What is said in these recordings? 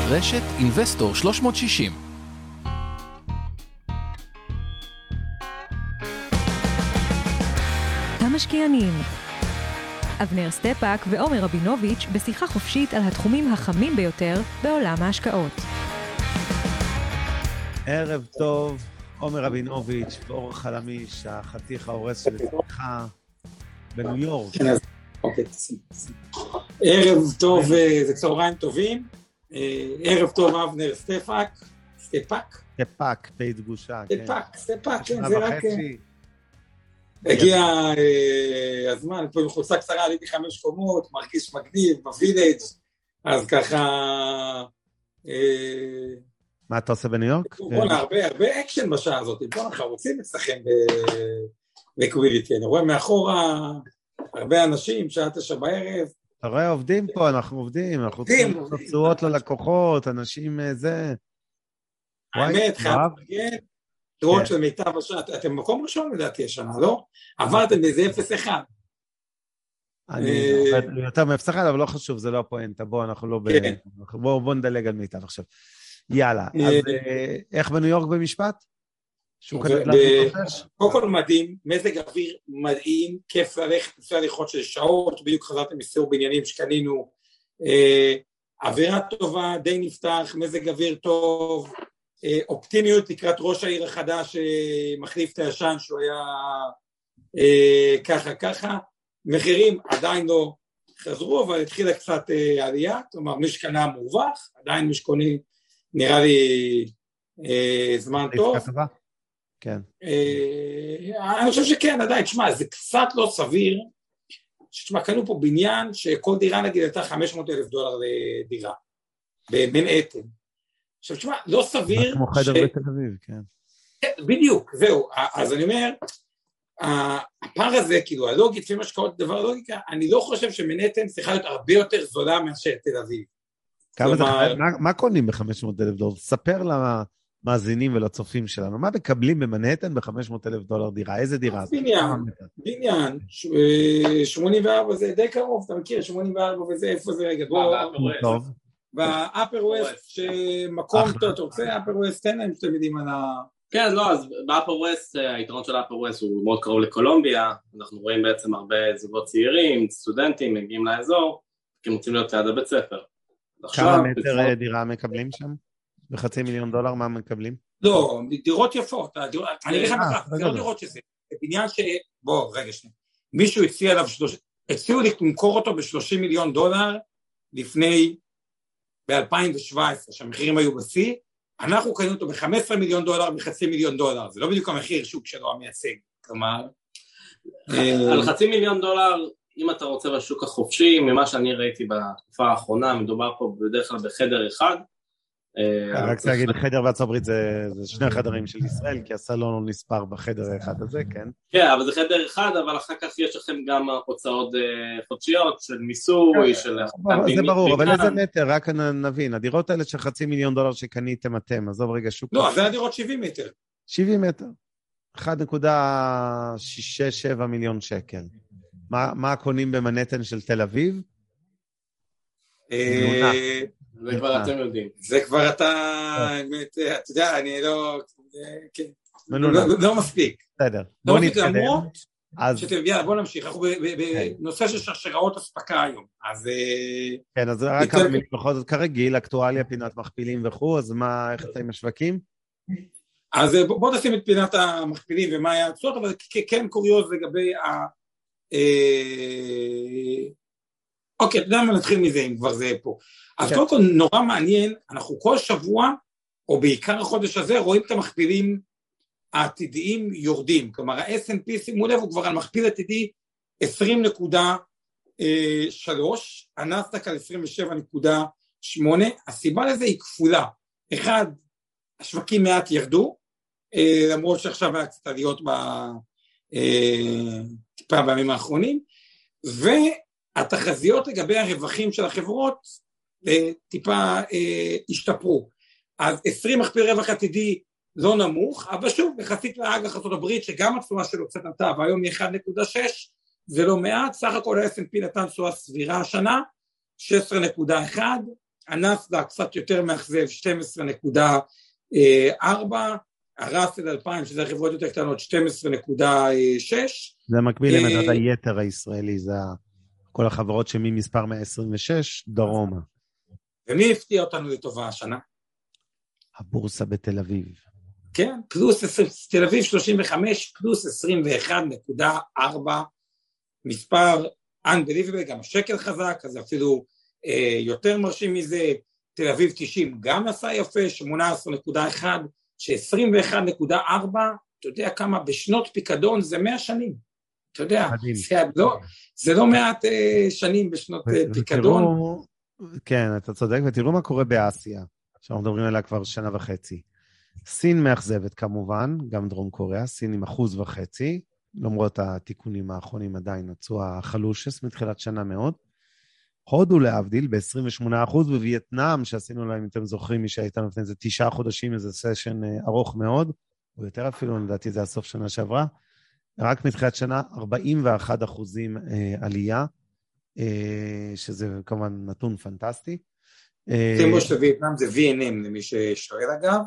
רשת אינבסטור 360. המשקיענים אבנר סטפאק ועומר רבינוביץ' בשיחה חופשית על התחומים החמים ביותר בעולם ההשקעות. ערב טוב, עומר רבינוביץ' ואור חלמיש, החתיך ההורס של השיחה בניו יורק. ערב טוב, זה צהריים טובים. ערב טוב אבנר סטפאק. סטפאק, בהדגושה. סטפאק, כן, זה רק... הגיע הזמן, פה בחולצה קצרה, עליתי 5 קומות, מרגיש מגניב, בווילג', אז ככה... מה אתה עושה בניו יורק? בוא'נה, הרבה אקשן בשעה הזאת, בוא'נה, חרוצים אצלכם בקוויליטי, אני רואה מאחורה הרבה אנשים, שעה 9 בערב. אתה רואה, עובדים פה, אנחנו עובדים, אנחנו צריכים תוצאות ללקוחות, אנשים זה... האמת, חייב להגיד, תראות של מיטב השנה, אתם במקום ראשון לדעתי השנה, לא? עברתם באיזה 0-1. אני עובד יותר מ-0-1, אבל לא חשוב, זה לא הפואנטה, בואו, אנחנו לא... בואו נדלג על מיטב עכשיו. יאללה, אז איך בניו יורק במשפט? קודם כל מדהים, מזג אוויר מדהים, כיף ללכת, לפי הליכות של שעות, בדיוק חזרתם מסיור בעניינים שקנינו, אווירה טובה, די נפתח, מזג אוויר טוב, אופטימיות לקראת ראש העיר החדש מחליף את הישן שהוא היה ככה, מחירים עדיין לא חזרו, אבל התחילה קצת עלייה, כלומר מי שקנה מורווח, עדיין מי שקונה נראה לי זמן טוב. כן. אני חושב שכן, עדיין, תשמע, זה קצת לא סביר, שתשמע, קנו פה בניין שכל דירה נגיד הייתה $500,000 לדירה, במנהטן. עכשיו, תשמע, לא סביר... כמו חדר בתל אביב, כן. בדיוק, זהו. אז אני אומר, הפער הזה, כאילו, הלוגית, לפי מה שקוראות דבר לוגיקה, אני לא חושב שמנהטן צריכה להיות הרבה יותר זולה מאשר תל אביב. מה קונים ב$500,000? ספר למאזינים ולצופים שלנו, מה מקבלים במנהטן ב$500,000 דירה? איזה דירה? בניין, 84 זה די קרוב, אתה מכיר, 84 וזה, איפה זה רגע? טוב. באפר ווסט, שמקום טוב, אתה רוצה אפר ווסט, תן להם שאתם יודעים על ה... כן, לא, אז באפר ווסט, היתרון של האפר ווסט הוא מאוד קרוב לקולומביה, אנחנו רואים בעצם הרבה זוגות צעירים, סטודנטים, מגיעים לאזור, כי הם רוצים להיות ליד הבית ספר. כמה מטר דירה מקבלים שם? $500,000, מה מקבלים? לא, דירות יפות, אני אגיד לך מה, זה לא דירות שזה, זה בניין ש... בוא, רגע שנייה, מישהו הציע עליו, הציעו למכור אותו $30 מיליון לפני, ב-2017, שהמחירים היו בשיא, אנחנו קנינו אותו $15 מיליון, $500,000, זה לא בדיוק המחיר שוק שלו המייצג, כלומר... על $500,000, אם אתה רוצה בשוק החופשי, ממה שאני ראיתי בתקופה האחרונה, מדובר פה בדרך כלל בחדר אחד. רק צריך להגיד, חדר בארצות הברית זה 2 חדרים של ישראל, כי הסלון הוא נספר בחדר האחד הזה, כן? כן, אבל זה חדר אחד, אבל אחר כך יש לכם גם הוצאות חודשיות של מיסוי, של... זה ברור, אבל איזה מטר, רק נבין, הדירות האלה של $500,000 שקניתם אתם, עזוב רגע שוק... לא, זה הדירות 70 מטר. 70 מטר. 1.67 מיליון שקל. מה קונים במנהטן של תל אביב? זה כבר אתם יודעים. זה כבר אתה יודע, אני לא מספיק. בסדר. בוא נתקדם. יאללה, בוא נמשיך. אנחנו בנושא של שרשראות הספקה היום. כן, אז רק כמה מילים בכל זאת כרגיל, אקטואליה, פינת מכפילים וכו', אז איך אתה עם השווקים? אז בוא נשים את פינת המכפילים ומה היה הצעות, אבל כן קוריוז לגבי אוקיי, אתה יודע מה נתחיל מזה אם כבר זה פה. אז קודם כל נורא מעניין, אנחנו כל שבוע, או בעיקר החודש הזה, רואים את המכפילים העתידיים יורדים. כלומר, ה-S&P, שימו לב, הוא כבר על מכפיל עתידי 20.3, הנסדק על 27.8, הסיבה לזה היא כפולה. אחד, השווקים מעט ירדו, למרות שעכשיו היה קצת עליות טיפה בימים האחרונים, והתחזיות לגבי הרווחים של החברות טיפה השתפרו. אז 20 מכפיל רווח עתידי לא נמוך, אבל שוב, יחסית לאג"ח ארצות הברית, שגם התשואה שלו קצת עלתה, והיום היא 1.6, זה לא מעט, סך הכל ה-S&P נתן תשואה סבירה השנה, 16.1, הנסדק קצת יותר מאכזב 12.4, הראסל 2000 שזה חברות יותר קטנות 12.6. זה מקביל למדד היתר הישראלי, זה כל החברות שממספר 126 דרומה. ומי הפתיע אותנו לטובה השנה? הבורסה בתל אביב. כן, תל אביב 35 פלוס 21.4, מספר unbelievable, גם השקל חזק, אז אפילו יותר מרשים מזה. תל אביב 90 גם עשה יפה, 18.1, ש21.4, אתה יודע כמה בשנות פיקדון זה 100 שנים, אתה יודע, זה לא מעט שנים בשנות פיקדון. כן, אתה צודק, ותראו מה קורה באסיה, שאנחנו מדברים עליה כבר שנה וחצי. סין מאכזבת כמובן, גם דרום קוריאה, סין עם 1.5%, למרות התיקונים האחרונים עדיין נצוע חלושס מתחילת שנה מאוד. הודו להבדיל ב-28%, בווייטנאם, שעשינו להם, אם אתם זוכרים, מי שהייתה לפני זה 9 חודשים, איזה סשן ארוך מאוד, או יותר אפילו, לדעתי זה הסוף שנה שעברה, רק מתחילת שנה 41% עלייה, שזה כמובן נתון פנטסטי. כמו שווייטנאם זה V&M, למי ששואל אגב,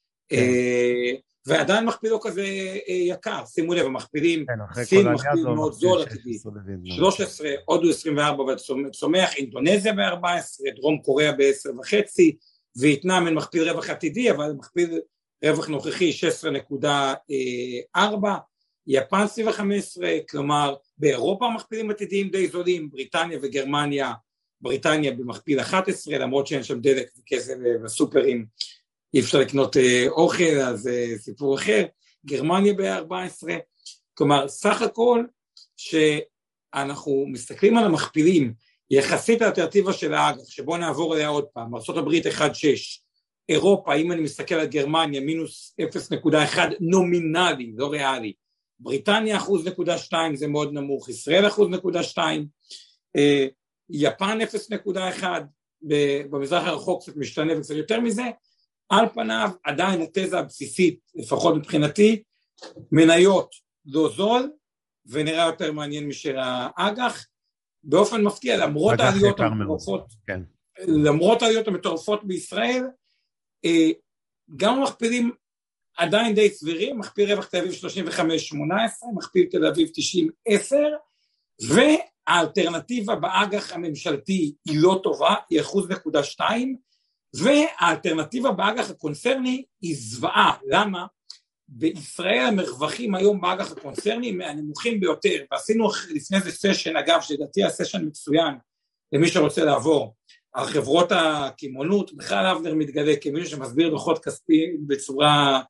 ועדיין מכפיל לא כזה יקר, שימו לב, המכפילים, סין מכפיל מאוד זול, 13, הודו 24 וצומח, אינדונזיה ב-14, דרום קוריאה ב-10.5, וייטנאם אין מכפיל רווח עתידי, אבל מכפיל רווח נוכחי 16.4, יפן סביב 15, כלומר באירופה מכפילים עתידיים די זולים, בריטניה וגרמניה, בריטניה במכפיל 11, למרות שאין שם דלק וכסף בסופרים, אי אפשר לקנות אוכל, אז סיפור אחר, גרמניה ב-14, כלומר סך הכל שאנחנו מסתכלים על המכפילים, יחסית האלטרנטיבה של האג"ח, שבוא נעבור עליה עוד פעם, ארצות הברית 1.6, אירופה, אם אני מסתכל על גרמניה, מינוס 0.1 נומינלי, לא ריאלי, בריטניה 1.2 זה מאוד נמוך, ישראל 1.2, יפן 0.1, במזרח הרחוק קצת משתנה וקצת יותר מזה, על פניו עדיין התזה הבסיסית, לפחות מבחינתי, מניות לא זול, ונראה יותר מעניין משל האג"ח, באופן מפתיע, למרות העליות המטורפות, כן. למרות העליות המטורפות בישראל, גם המכפילים עדיין די סבירים, מכפיל רווח תל אביב 35-18, מכפיל תל אביב 90-10, והאלטרנטיבה באג"ח הממשלתי היא לא טובה, היא 1.2, והאלטרנטיבה באג"ח הקונצרני היא זוועה. למה? בישראל המרווחים היום באג"ח הקונצרני מהנמוכים ביותר, ועשינו לפני זה סשן, אגב, שלדעתי הסשן מצוין, למי שרוצה לעבור, על חברות הכימונות, בכלל אבנר מתגלה כמישהו שמסביר דוחות כספיים בצורה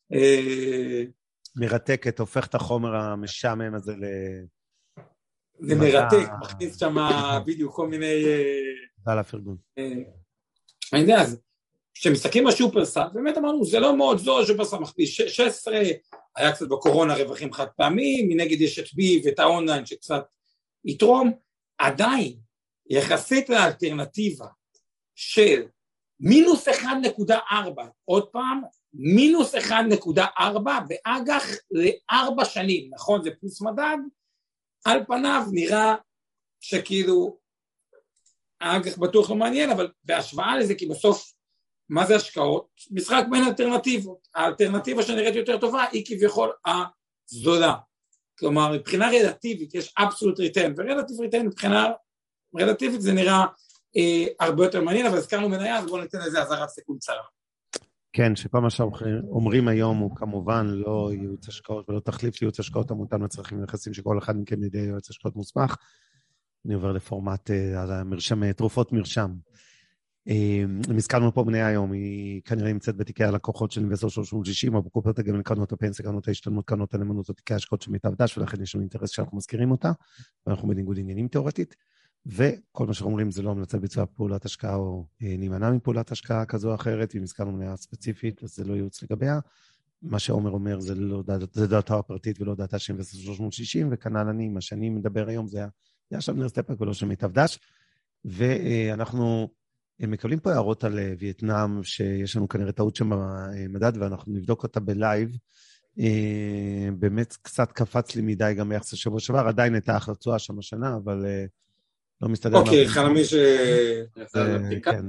מרתקת, הופך את החומר המשעמם הזה זה מרתק, מכניס שם בדיוק כל מיני על הפרגון. אני יודע, אז כשמסתכלים על שופרסל, באמת אמרנו, זה לא מאוד זו, שופרסל מכפיל 16, היה קצת בקורונה רווחים חד פעמים, מנגד יש את בי ואת האונליין שקצת יתרום, עדיין, יחסית לאלטרנטיבה של מינוס 1.4, עוד פעם, מינוס 1.4 באג"ח ל4 שנים, נכון? זה פלוס מדד, על פניו נראה שכאילו, האג"ח בטוח לא מעניין, אבל בהשוואה לזה, כי בסוף, מה זה השקעות? משחק בין אלטרנטיבות, האלטרנטיבה שנראית יותר טובה, היא כביכול הזולה, כלומר, מבחינה רלטיבית, יש absolute return, ורלטיב return מבחינה רלטיבית זה נראה הרבה יותר מעניין, אבל הזכרנו מניה, אז בואו ניתן לזה עזרת סיכון קצרה. כן, שכל מה שאומרים היום הוא כמובן לא ייעוץ השקעות, ולא תחליף ייעוץ השקעות המותאם לצרכים ונכסים שכל אחד מכם לידי ייעוץ השקעות מוסמך. אני עובר לפורמט המרשם, תרופות מרשם. הזכרנו פה מניה היום, היא כנראה נמצאת בתיקי הלקוחות של אינבסטור 360, אבל בקופות הגמל, קרנות הפנסיה, קרנות ההשתלמות, קרנות הנאמנות, תיקי ההשקעות של מיטב דש, ולכן יש לנו אינטרס שאנחנו מזכירים אותה, ואנחנו בניגוד עניינים תיאורטית, וכל מה שאומרים זה לא המלצה ביצוע פעולת השקעה או להימנע מפעולת השקעה כזו או אחרת, אם הזכרנו מניה ספציפית, אז זה לא ייעוץ לגביה. מה שעומר אומר זה דעתה הפרטית ולא דעתה של אינבסטור 360, וכנ"ל אני, מה שאני מדבר היום זה היה שם אבנר סטפאק ולא של מיטב דש, ואנחנו מקבלים פה הערות על וייטנאם, שיש לנו כנראה טעות שם במדד, ואנחנו נבדוק אותה בלייב. באמת קצת קפץ לי מדי גם ביחס לשבוע שעבר, עדיין הייתה החלצועה שם השנה, אבל לא מסתדר. אוקיי, חלמי ש...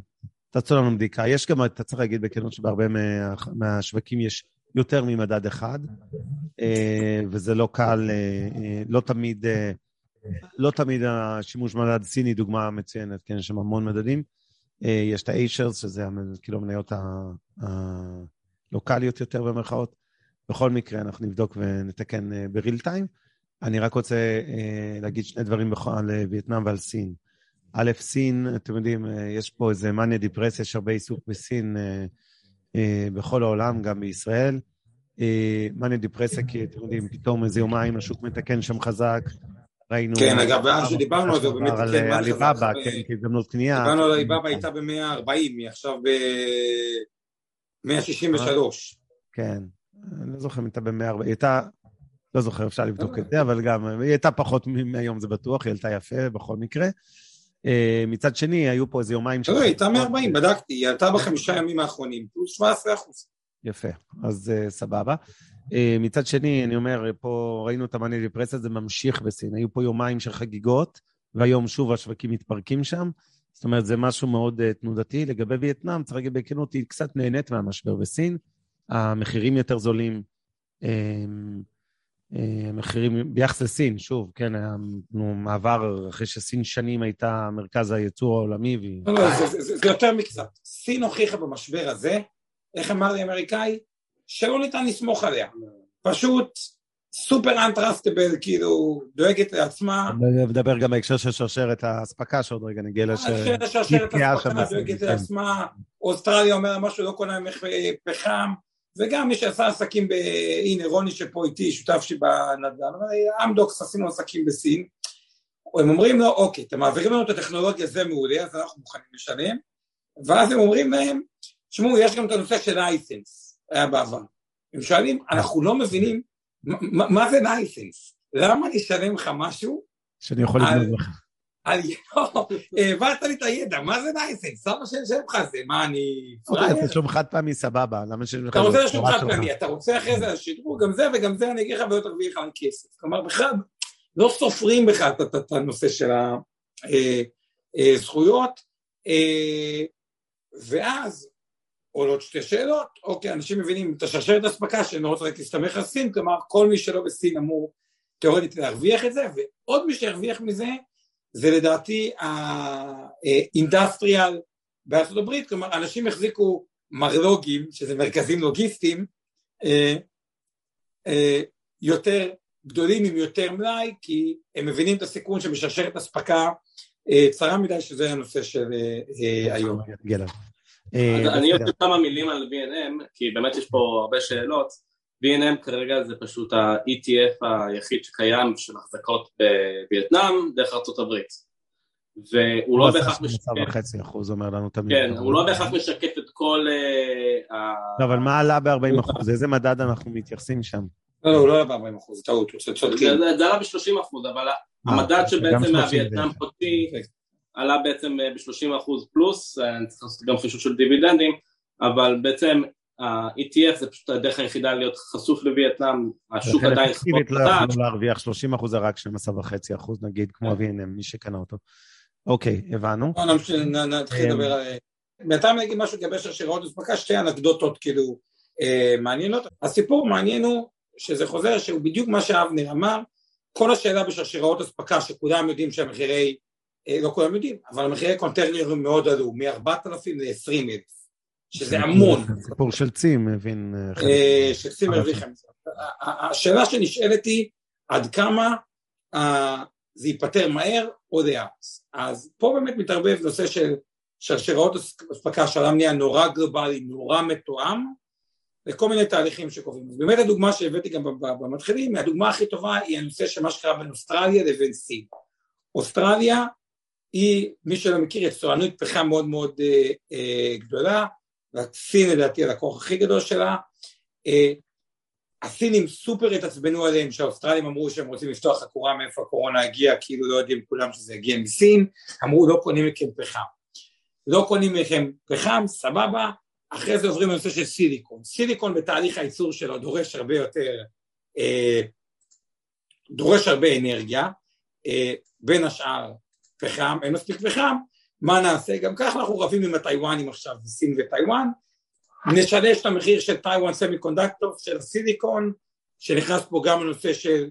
תעשו לנו בדיקה. יש גם, אתה צריך להגיד בכנות שבהרבה מהשווקים יש יותר ממדד אחד, וזה לא קל, לא תמיד השימוש במדד סיני דוגמה מצוינת, כן, יש שם המון מדדים. יש את ה-A-Shares, שזה כאילו המניות הלוקליות יותר במרכאות. בכל מקרה, אנחנו נבדוק ונתקן בריל טיים. אני רק רוצה להגיד שני דברים על וייטנאם ועל סין. א', סין, אתם יודעים, יש פה איזה מניה דיפרסיה, יש הרבה עיסוק בסין בכל העולם, גם בישראל. מניה דיפרסיה, כי אתם יודעים, פתאום איזה יומיים השוק מתקן שם חזק. ראינו... כן, אגב, ואז שדיברנו על זה, באמת תקן מניה חזק. על עליבאבא, כן, כהזדמנות קנייה. דיברנו על עליבאבא, הייתה ב-140, היא עכשיו ב-163. כן, אני לא זוכר אם הייתה ב-140, היא הייתה... לא זוכר, אפשר לבדוק את זה, אבל גם, היא הייתה פחות מהיום, זה בטוח, היא הייתה יפה בכל מקרה. מצד שני, היו פה איזה יומיים... לא, היא הייתה 140, בדקתי, היא עלתה ב5 ימים האחרונים, פלוס 17%. יפה, אז סבבה. מצד שני, אני אומר, פה ראינו את המניה דיפרסיה, זה ממשיך בסין, היו פה יומיים של חגיגות, והיום שוב השווקים מתפרקים שם, זאת אומרת, זה משהו מאוד תנודתי. לגבי וייטנאם, צריך להגיד בכנות, היא קצת נהנית מהמשבר בסין, המחירים יותר זולים, מחירים ביחס לסין, שוב, כן, מעבר אחרי שסין שנים הייתה מרכז הייצור העולמי. זה יותר מקצת. סין הוכיחה במשבר הזה, איך אמר לי אמריקאי, שלא ניתן לסמוך עליה. פשוט סופר אנטרסטבל, כאילו, דואגת לעצמה. מדבר גם בהקשר של שרשרת האספקה, שעוד רגע נגיע שרשרת האספקה, דואגת לעצמה. אוסטרליה אומר משהו לא קונה פחם, וגם מי שעשה עסקים, הנה רוני שפה איתי, שותף שבנדל"ן, אמדוקס עשינו עסקים בסין, הם אומרים לו, אוקיי, אתם מעבירים לנו את הטכנולוגיה, זה מעולה, אז אנחנו מוכנים לשלם, ואז הם אומרים להם, שמעו, יש גם את הנושא של לייסנס, היה בעבר, הם שואלים, אנחנו לא מבינים, מה זה לייסנס? למה אני אשלם לך משהו? שאני יכול לבנות לך. הבאת לי את הידע, מה זה לייסנס? למה שאני לך זה? מה אני... אתה שום חד פעמי סבבה. אתה רוצה לשום חד פעמי, אתה רוצה אחרי זה לשדרוג, גם זה וגם זה אני אגיד לך ויותר תביא לך כסף. כלומר, בכלל, לא סופרים בכלל את הנושא של הזכויות, ואז עולות שתי שאלות, אוקיי, אנשים מבינים את השרשרת האספקה שאני לא רוצה רק להסתמך על סין, כלומר, כל מי שלא בסין אמור תיאורטית להרוויח את זה, ועוד מי שירוויח מזה, זה לדעתי האינדסטריאל בארצות הברית, כלומר, אנשים החזיקו מרלוגים, שזה מרכזים לוגיסטיים, יותר גדולים עם יותר מלאי, כי הם מבינים את הסיכון שבשרשרת אספקה צרה מדי, שזה הנושא של היום. אני יודע כמה מילים על V&M, כי באמת יש פה הרבה שאלות. V&M כרגע זה פשוט ה-ETF היחיד שקיים של החזקות בווייטנאם דרך ארצות הברית. והוא לא בהכרח משקף... 3.5% אומר לנו תמיד. כן, הוא לא בהכרח משקף את כל... לא, אבל מה עלה ב-40%? איזה מדד אנחנו מתייחסים שם? לא, הוא לא עלה ב-40%, זה טעות, זה עלה ב-30%, אבל המדד שבעצם מהווייטנאם חודשי עלה בעצם ב-30% פלוס, אני צריך לעשות גם חישוב של דיבידנדים, אבל בעצם ה-ETF זה פשוט הדרך היחידה להיות חשוף לווייטנאם, השוק עדיין חסות חדש. לא יכולנו להרוויח 30%, זה רק 12.5% נגיד, כמו ה-V&M, מי שקנה אותו. אוקיי, הבנו. נתחיל לדבר על... בינתיים נגיד משהו לגבי שרשרות אספקה, שתי אנקדוטות כאילו מעניינות. הסיפור מעניין הוא שזה חוזר שהוא בדיוק מה שאבנר אמר, כל השאלה בשרשרות אספקה שכולם יודעים שהמחירי, לא כולם יודעים, אבל המחירי קונטיינרים מאוד עלו, מ-4,000 ל-20,000, שזה המון. סיפור של צים, מבין. של צים הרוויחם. השאלה שנשאלת היא, עד כמה זה ייפטר מהר או לאט. אז פה באמת מתערבב נושא של שרשרות אספקה, שהעולם נהיה נורא גלובלי, נורא מתואם, וכל מיני תהליכים שקובעים. אז באמת הדוגמה שהבאתי גם במתחילים, הדוגמה הכי טובה היא הנושא של מה שקרה בין אוסטרליה לבין סין. אוסטרליה היא, מי שלא מכיר, יצואנית פחם מאוד מאוד גדולה, והסין לדעתי הלקוח הכי גדול שלה, הסינים סופר התעצבנו עליהם, שהאוסטרלים אמרו שהם רוצים לפתוח חקורה מאיפה הקורונה הגיעה, כאילו לא יודעים כולם שזה הגיע מסין, אמרו לא קונים מכם פחם. לא קונים מכם פחם, סבבה, אחרי זה עוברים לנושא של סיליקון. סיליקון בתהליך הייצור שלו דורש הרבה יותר, דורש הרבה אנרגיה, בין השאר פחם, אין מספיק פחם, מה נעשה? גם ככה אנחנו רבים עם הטיואנים עכשיו, סין וטיואן, נשלש את המחיר של טיואן סמיקונדקטור, של הסיליקון, שנכנס פה גם לנושא של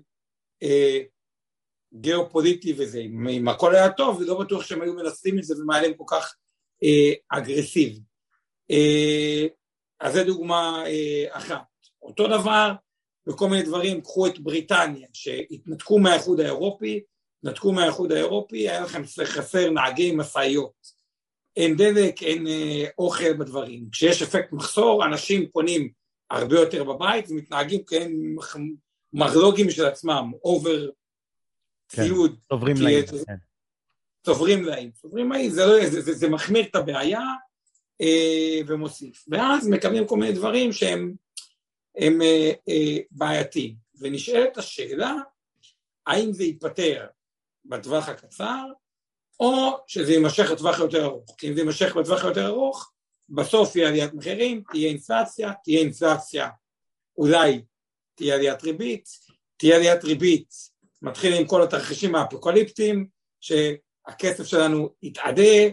גיאופוליטי וזה, אם הכל היה טוב, ולא בטוח שהם היו מנסים את זה ומעלים כל כך אגרסיבי. אז זו דוגמה אחת. אותו דבר, וכל מיני דברים, קחו את בריטניה, שהתנתקו מהאיחוד האירופי, היה לכם חסר נהגי מסעיות, אין דלק, אין אוכל בדברים, כשיש אפקט מחסור, אנשים קונים הרבה יותר בבית, ומתנהגים כאין מחלוגים של עצמם, אובר ציוד, צוברים להם, זה מחמיר את הבעיה, ומוסיף, ואז מקבלים כל מיני דברים שהם בעייתיים, ונשאלת השאלה, האם זה ייפטר בטווח הקצר, או שזה יימשך לטווח יותר ארוך, כי אם זה יימשך בטווח יותר ארוך, בסוף יהיה עליית מחירים, תהיה אינפלציה, אולי תהיה עליית ריבית, מתחיל עם כל התרחישים האפוקליפטיים, שהכסף שלנו יתעדה,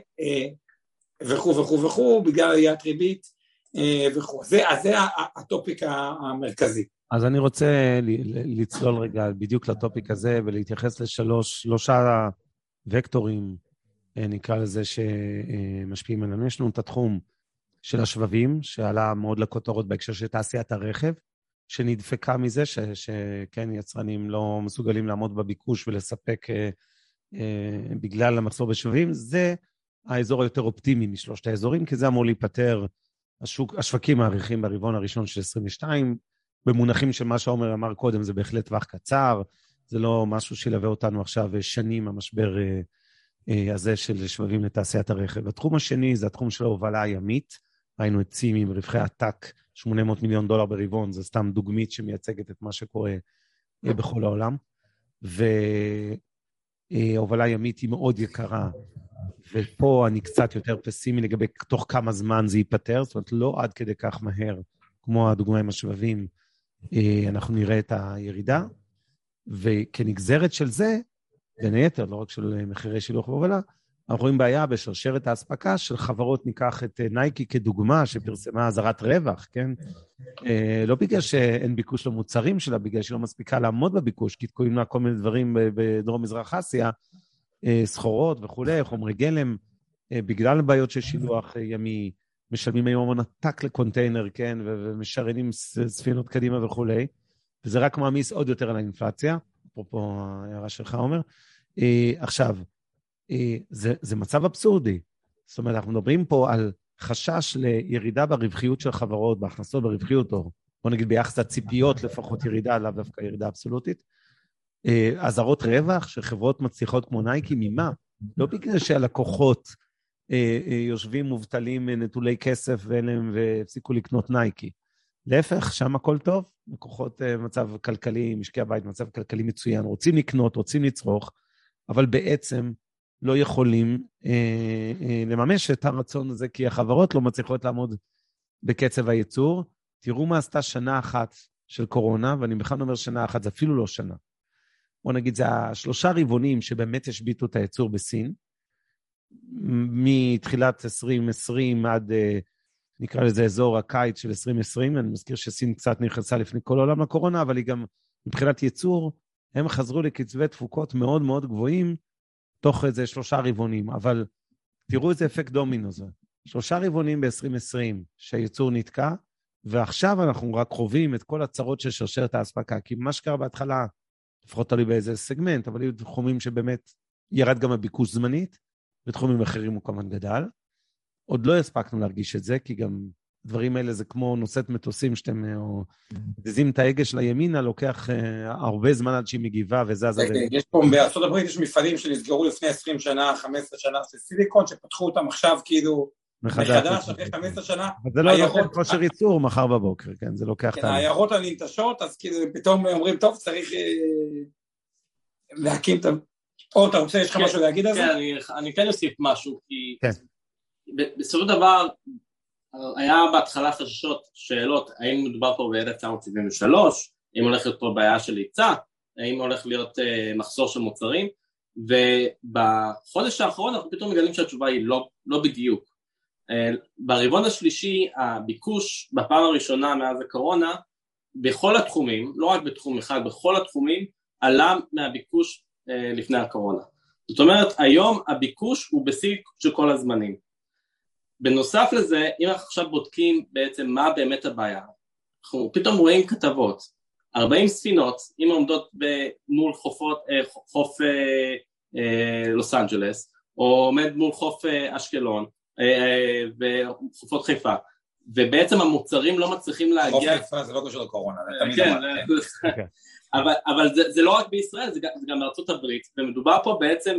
וכו', בגלל עליית ריבית, וכו'. זה הטופיק המרכזי. אז אני רוצה לצלול רגע בדיוק לטופיק הזה, ולהתייחס לשלושה וקטורים, נקרא לזה, שמשפיעים עלינו. יש לנו את התחום של השבבים, שעלה מאוד לכותרות בהקשר של תעשיית הרכב, שנדפקה מזה, שכן יצרנים לא מסוגלים לעמוד בביקוש ולספק בגלל המחסור בשבבים. זה האזור היותר אופטימי משלושת האזורים, כי זה אמור להיפטר, השווקים מעריכים ברבעון הראשון של 22, במונחים של מה שעומר אמר קודם, זה בהחלט טווח קצר, זה לא משהו שילווה אותנו עכשיו שנים, המשבר הזה של שבבים לתעשיית הרכב. התחום השני זה התחום של ההובלה הימית, ראינו את צים עם רווחי עתק, $800 מיליון ברבעון, זה סתם דוגמית שמייצגת את מה שקורה בכל העולם, והובלה ימית היא מאוד יקרה, ופה אני קצת יותר פסימי לגבי תוך כמה זמן זה ייפטר, זאת אומרת לא עד כדי כך מהר, כמו הדוגמה עם השבבים, אנחנו נראה את הירידה, וכנגזרת של זה, בין היתר, לא רק של מחירי שילוח והובלה, אנחנו רואים בעיה בשרשרת ההספקה של חברות, ניקח את נייקי כדוגמה, שפרסמה אזהרת רווח, כן? לא בגלל שאין ביקוש למוצרים שלה, בגלל שלא מספיקה לעמוד בביקוש, כי תקועים לה כל מיני דברים בדרום מזרח אסיה, סחורות וכו', חומרי גלם, בגלל בעיות של שילוח ימי, משלמים היום המון עתק לקונטיינר, כן? ומשרנים ספינות קדימה וכו'. וזה רק מעמיס עוד יותר על האינפלציה, אפרופו ההערה שלך אומר. עכשיו, זה מצב אבסורדי. זאת אומרת, אנחנו מדברים פה על חשש לירידה ברווחיות של חברות, בהכנסות ברווחיות, או בוא נגיד ביחס הציפיות לפחות ירידה, לאו דווקא ירידה אבסולוטית. אזהרות רווח שחברות מצליחות כמו נייקי, ממה? לא בגלל שהלקוחות יושבים מובטלים נטולי כסף והפסיקו לקנות נייקי. להפך, שם הכל טוב, לקוחות מצב כלכלי, משקי הבית מצב כלכלי מצוין, רוצים לקנות, רוצים לצרוך, אבל בעצם לא יכולים לממש את הרצון הזה, כי החברות לא מצליחות לעמוד בקצב הייצור. תראו מה עשתה שנה אחת של קורונה, ואני בכלל אומר שנה אחת, זה אפילו לא שנה. בוא נגיד, זה 3 רבעונים שבאמת השביתו את הייצור בסין, מתחילת 2020 עד, נקרא לזה אזור הקיץ של 2020, אני מזכיר שסין קצת נכנסה לפני כל העולם לקורונה, אבל היא גם מבחינת ייצור, הם חזרו לקצבי תפוקות מאוד מאוד גבוהים, תוך איזה 3 רבעונים, אבל תראו איזה אפקט דומינו זה. 3 רבעונים ב-2020 שהייצור נתקע, ועכשיו אנחנו רק חווים את כל הצרות של שרשרת ההספקה, כי מה שקרה בהתחלה, לפחות תלוי באיזה סגמנט, אבל היו תחומים שבאמת ירד גם הביקוש זמנית, ותחומים אחרים הוא כמובן גדל. עוד לא הספקנו להרגיש את זה, כי גם דברים האלה זה כמו נושאת מטוסים, שאתם דזים את ההגה של הימינה, לוקח הרבה זמן עד שהיא מגיבה וזזה. יש פה, בארצות הברית יש מפעלים שנסגרו לפני 20 שנה, 15 שנה של סיליקון, שפתחו אותם עכשיו כאילו מחדש, אחרי 15 שנה. זה לא נותן כושר ייצור מחר בבוקר, כן, זה לוקח את העיירות הננטשות, אז כאילו פתאום אומרים, טוב, צריך להקים את... או, אתה רוצה, יש לך משהו להגיד על זה? כן, אני כן אוסיף משהו, כי בסופו של דבר, היה בהתחלה חששות, שאלות, האם מדובר פה ב-1973, האם הולך להיות פה בעיה של היצע, האם הולך להיות מחסור של מוצרים, ובחודש האחרון אנחנו פתאום מגלים שהתשובה היא לא בדיוק. ברבעון השלישי הביקוש בפעם הראשונה מאז הקורונה, בכל התחומים, לא רק בתחום אחד, בכל התחומים, עלה מהביקוש לפני הקורונה. זאת אומרת, היום הביקוש הוא בשיא של כל הזמנים. בנוסף לזה, אם אנחנו עכשיו בודקים בעצם מה באמת הבעיה, אנחנו פתאום רואים כתבות, 40 ספינות, אם עומדות מול חוף לוס אנג'לס, או עומד מול חוף אשקלון, וחופות חיפה, ובעצם המוצרים לא מצליחים להגיע... חוף חיפה זה לא קשור לקורונה, כן, אבל זה לא רק בישראל, זה גם בארצות הברית, ומדובר פה בעצם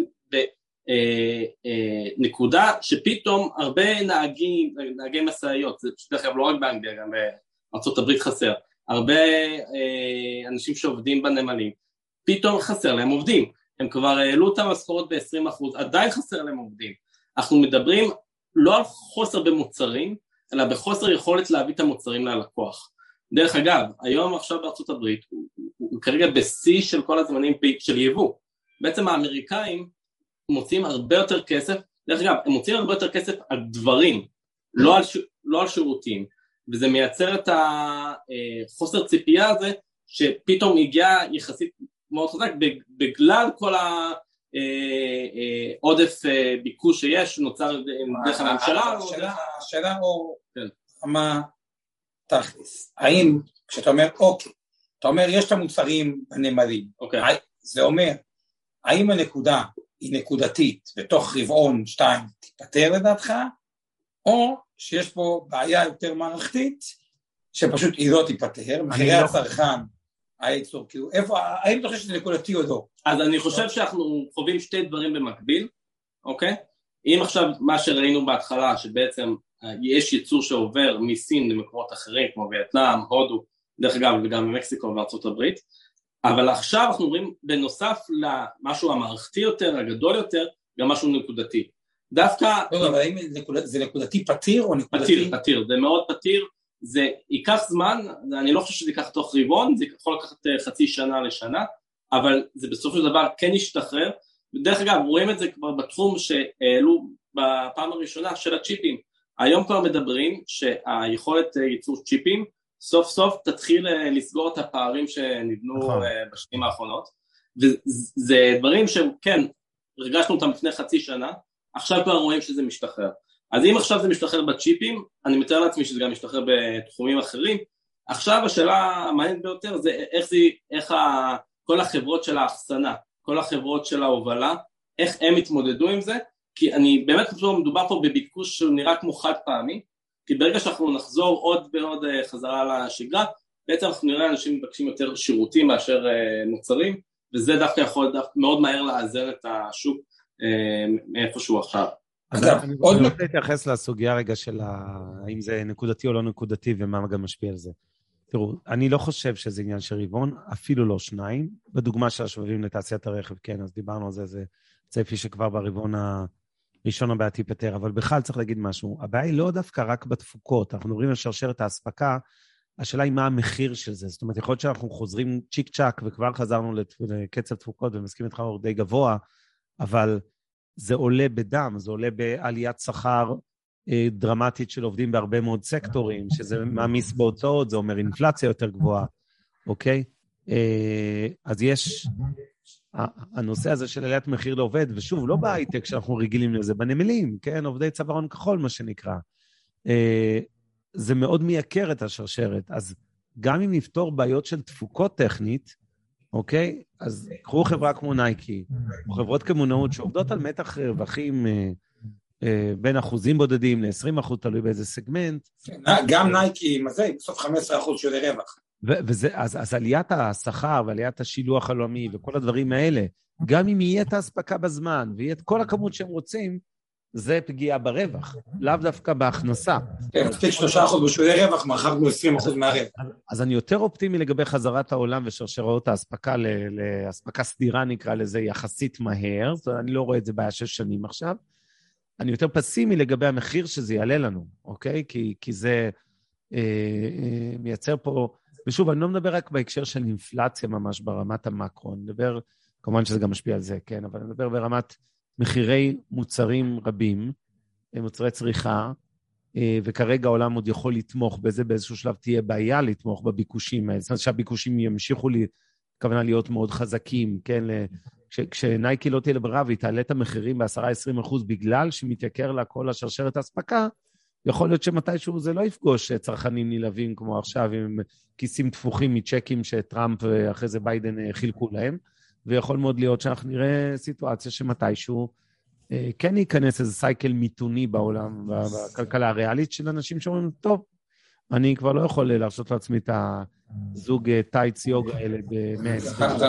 בנקודה שפתאום הרבה נהגי מסעיות, זה דרך אגב לא רק באנגליה, גם בארצות הברית חסר, הרבה אנשים שעובדים בנמלים, פתאום חסר להם עובדים, הם כבר העלו את המשכורות ב-20%, עדיין חסר להם עובדים. אנחנו מדברים לא על חוסר במוצרים, אלא בחוסר יכולת להביא את המוצרים ללקוח. דרך אגב, היום עכשיו בארצות הברית, הוא כרגע בשיא של כל הזמנים של יבוא. בעצם האמריקאים מוצאים הרבה יותר כסף, דרך אגב, הם מוצאים הרבה יותר כסף על דברים, לא על שירותים, וזה מייצר את החוסר ציפייה הזה, שפתאום הגיע יחסית מאוד חזק, בגלל כל העודף ביקוש שיש, נוצר דרך הממשלה. השאלה הוא, מה תכלס, האם, כשאתה אומר, אוקיי, אתה אומר, יש את המוצרים הנמלים, זה אומר, האם הנקודה היא נקודתית, בתוך רבעון 2 תיפטר לדעתך, או שיש פה בעיה יותר מערכתית, שפשוט היא לא תיפטר, מחירי הצרכן, הייצור, כאילו, איפה, האם אתה חושב שזה נקודתי או לא? אז אני חושב שאנחנו חווים שתי דברים במקביל, אוקיי? אם עכשיו מה שראינו בהתחלה, שבעצם יש ייצור שעובר מסין למקומות אחרים, כמו וייטנאם, הודו, דרך אגב, וגם במקסיקו וארצות הברית, אבל עכשיו אנחנו רואים בנוסף למשהו המערכתי יותר, הגדול יותר, גם משהו נקודתי. דווקא... לא, אבל האם זה נקודתי פתיר או נקודתי? פתיר, זה מאוד פתיר, זה ייקח זמן, אני לא חושב שזה ייקח תוך רבעון, זה יכול לקחת חצי שנה לשנה, אבל זה בסופו של דבר כן ישתחרר, ודרך אגב, רואים את זה כבר בתחום שהעלו בפעם הראשונה של הצ'יפים, היום כבר מדברים שהיכולת ייצור צ'יפים, סוף סוף תתחיל לסגור את הפערים שנבנו בשנים האחרונות, וזה דברים שכן, הרגשנו אותם לפני חצי שנה, עכשיו כבר רואים שזה משתחרר. אז אם עכשיו זה משתחרר בצ'יפים, אני מתאר לעצמי שזה גם משתחרר בתחומים אחרים, עכשיו השאלה המעניינת ביותר זה איך כל החברות של האחסנה, כל החברות של ההובלה, איך הם התמודדו עם זה, כי אני באמת חושב מדובר פה בביקוש שהוא נראה כמו חד פעמי, כי ברגע שאנחנו נחזור עוד ועוד חזרה לשגרה, בעצם אנחנו נראה אנשים מבקשים יותר שירותים מאשר מוצרים, וזה דווקא יכול מאוד מהר לאזן את השוק מאיפשהו עכשיו. אני רוצה להתייחס לסוגיה רגע של האם זה נקודתי או לא נקודתי ומה גם משפיע על זה. תראו, אני לא חושב שזה עניין של רבעון, אפילו לא 2, בדוגמה של השבבים לתעשיית הרכב, כן, אז דיברנו על זה, זה צפי שכבר ברבעון הראשון הבעיה תיפטר, אבל בכלל צריך להגיד משהו, הבעיה היא לא דווקא רק בתפוקות, אנחנו מדברים על שרשרת ההספקה, השאלה היא מה המחיר של זה, זאת אומרת, יכול להיות שאנחנו חוזרים צ'יק צ'ק, וכבר חזרנו לקצב תפוקות, ומסכים איתך עוד די גבוה, אבל זה עולה בדם, זה עולה בעליית שכר דרמטית של עובדים בהרבה מאוד סקטורים, שזה מעמיס בהוצאות, זה אומר אינפלציה יותר גבוהה, אוקיי? אז יש הנושא הזה של עליית מחיר לעובד, ושוב, לא בהייטק שאנחנו רגילים לזה, בנמלים, כן? עובדי צווארון כחול, מה שנקרא. זה מאוד מייקר את השרשרת, אז גם אם נפתור בעיות של תפוקות טכנית, אוקיי? אז קחו חברה כמו נייקי, או חברות כמונאות שעובדות על מתח רווחים בין אחוזים בודדים ל-20%, תלוי באיזה סגמנט. גם נייקי, מה זה? בסוף 15% של רווח. אז עליית השכר ועליית השילוח הלאומי וכל הדברים האלה, גם אם יהיה את ההספקה בזמן, ויהיה את כל הכמות שהם רוצים, זה פגיעה ברווח, לאו דווקא בהכנסה. כן, מספיק 3% בשולי רווח, מרחבנו 20% מהרווח. אז אני יותר אופטימי לגבי חזרת העולם ושרשראות ההספקה להספקה סדירה, נקרא לזה, יחסית מהר, זאת אומרת, אני לא רואה את זה בעיה 6 שנים עכשיו, אני יותר פסימי לגבי המחיר שזה יעלה לנו, אוקיי? כי זה מייצר פה, ושוב, אני לא מדבר רק בהקשר של אינפלציה ממש ברמת המקרו, אני מדבר כמובן שזה גם משפיע על זה, כן, אבל אני מדבר ברמת מחירי מוצרים רבים, מוצרי צריכה, וכרגע העולם עוד יכול לתמוך בזה, באיזשהו שלב תהיה בעיה לתמוך בביקושים, זאת אומרת שהביקושים ימשיכו כוונה להיות מאוד חזקים, כן, כשנייקי לא תהיה לברירה והיא תעלה את המחירים ב10-20% בגלל שמתייקר לה כל השרשרת ההספקה, יכול להיות שמתישהו זה לא יפגוש צרכנים נלהבים כמו עכשיו, עם כיסים תפוחים מצ'קים שטראמפ ואחרי זה ביידן חילקו להם, ויכול מאוד להיות שאנחנו נראה סיטואציה שמתישהו כן ייכנס איזה סייקל מיתוני בעולם, בכלכלה הריאלית של אנשים שאומרים, טוב, אני כבר לא יכול להרשות לעצמי את הזוג טייץ יוגה האלה במס.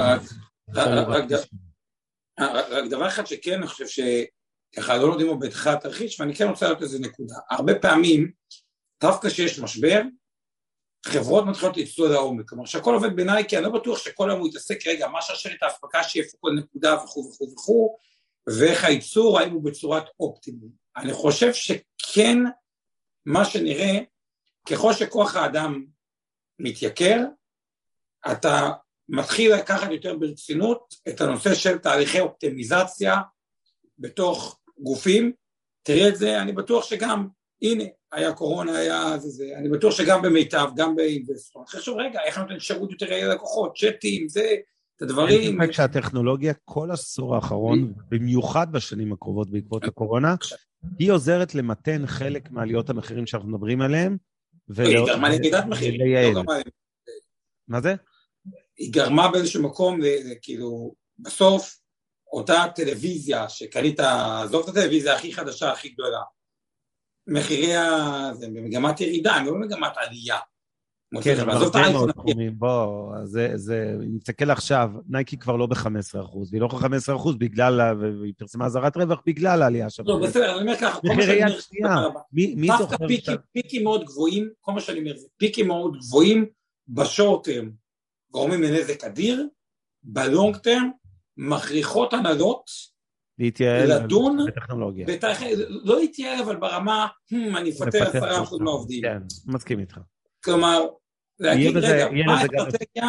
רק דבר אחד שכן, אני חושב שככה לא יודעים בדרך תרחיש, ואני כן רוצה לדעת איזה נקודה. הרבה פעמים, דווקא שיש משבר, חברות מתחילות לצלול לעומק, כלומר שהכל עובד בנייקי, אני לא בטוח שכל היום הוא יתעסק, רגע, מה שרשרת ההספקה שיפה כל נקודה וכו', ואיך הייצור, האם הוא בצורת אופטימום. אני חושב שכן, מה שנראה, ככל שכוח האדם מתייקר, אתה מתחיל לקחת יותר ברצינות את הנושא של תהליכי אופטימיזציה בתוך גופים, תראה את זה, אני בטוח שגם, הנה, היה קורונה, היה זה, אני בטוח שגם במיטב, גם באינבסטור, חשוב רגע, איך נותן שירות יותר ללקוחות, צ'אטים, זה, את הדברים. אני חושב שהטכנולוגיה, כל העשור האחרון, במיוחד בשנים הקרובות בעקבות הקורונה, היא עוזרת למתן חלק מעליות המחירים שאנחנו מדברים עליהם, היא גרמה לירידת מחיר. מה זה? היא גרמה באיזשהו מקום, כאילו, בסוף, אותה טלוויזיה שקנית, עזוב את הטלוויזיה הכי חדשה, הכי גדולה, מחירי זה במגמת ירידה, הם לא במגמת עלייה. כן, אבל הרבה מאוד תחומים, בוא, אם תסתכל עכשיו, נייקי כבר לא ב-15%, והיא לא ב-15% בגלל, והיא פרסמה זרת רווח בגלל העלייה שם. לא, בסדר, אני אומר ככה, מחירי יד שנייה, מי זוכר? פיקים מאוד גבוהים, כל מה שאני אומר, זה פיקים מאוד גבוהים, בשורט טרם, גורמים לנזק אדיר, בלונג טרם, מכריחות הנהלות, לדון, בטכנולוגיה. לא להתייעל, אבל ברמה, אני אפטר 10% מהעובדים. כן, מסכים איתך. כלומר, להגיד, רגע, מה האסטרטגיה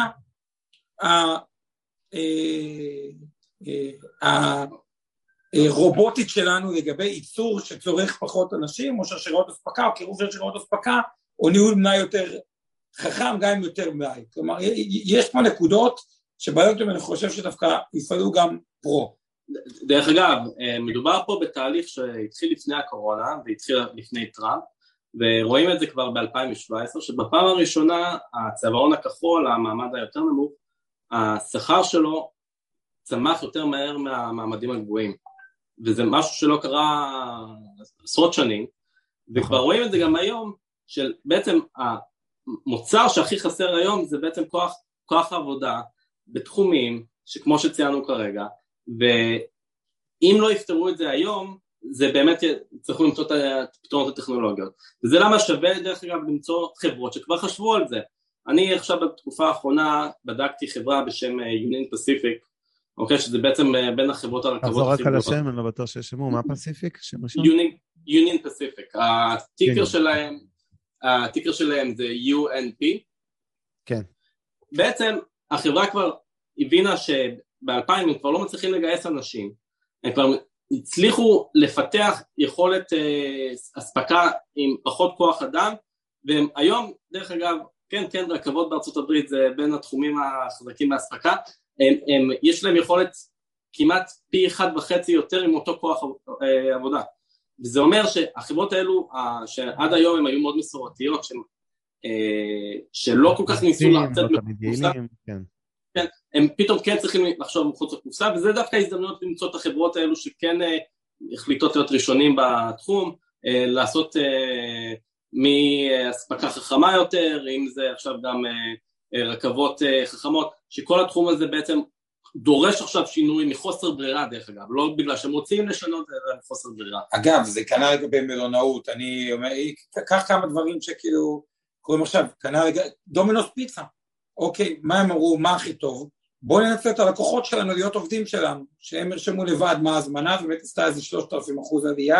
הרובוטית שלנו לגבי ייצור שצורך פחות אנשים, או שרשרות הספקה, או קירוב של שרשרות הספקה, או ניהול מלאי יותר חכם, גם יותר מלאי. כלומר, יש פה נקודות שבעיות אני חושב שדווקא יפעלו גם פרו. דרך אגב, מדובר פה בתהליך שהתחיל לפני הקורונה, והתחיל לפני טראמפ, ורואים את זה כבר ב-2017, שבפעם הראשונה הצווארון הכחול, המעמד היותר נמוך, השכר שלו צמח יותר מהר מהמעמדים הגבוהים, וזה משהו שלא קרה עשרות שנים, וכבר רואים את זה גם היום, שבעצם המוצר שהכי חסר היום זה בעצם כוח עבודה בתחומים שכמו שציינו כרגע, ואם לא יפתרו את זה היום, זה באמת צריכו למצוא את הפתרונות הטכנולוגיות, וזה למה שווה דרך אגב למצוא חברות שכבר חשבו על זה. אני עכשיו בתקופה האחרונה בדקתי חברה בשם Union Pacific, אוקיי, שזה בעצם בין החברות הרכבות. תחזור רק על השם, אני לא בטוח ששמו, מה פסיפיק? Union Pacific, הטיקר שלהם זה UNP. כן. בעצם החברה כבר הבינה שב-2000 הם כבר לא מצליחים לגייס אנשים, הם כבר הצליחו לפתח יכולת הספקה עם פחות כוח אדם, והם היום, דרך אגב, כן, רכבות בארצות הברית זה בין התחומים החזקים בהספקה, יש להם יכולת כמעט פי 1.5 יותר עם אותו כוח עבודה, וזה אומר שהחברות האלו, שעד היום הם היו מאוד מסורתיות, שלא כל כך ניסו לצאת לקופסה, כן, הם פתאום כן צריכים לחשוב מחוץ לקופסה, וזה דווקא הזדמנות למצוא את החברות האלו שכן החליטות להיות ראשונים בתחום, לעשות מהספקה חכמה יותר, אם זה עכשיו גם רכבות חכמות, שכל התחום הזה בעצם דורש עכשיו שינוי מחוסר ברירה דרך אגב, לא בגלל שהם רוצים לשנות, אלא מחוסר ברירה. אגב, זה כנראה לגבי מלונאות, אני אומר, כך כמה דברים שכאילו, קוראים עכשיו, כנראה דומינוס פיצה, אוקיי, מה הם אמרו, מה הכי טוב? בואו ננצל את הלקוחות שלנו להיות עובדים שלנו, שהם הרשמו לבד מה הזמנה, ובאמת עשתה איזה 3,000% עלייה,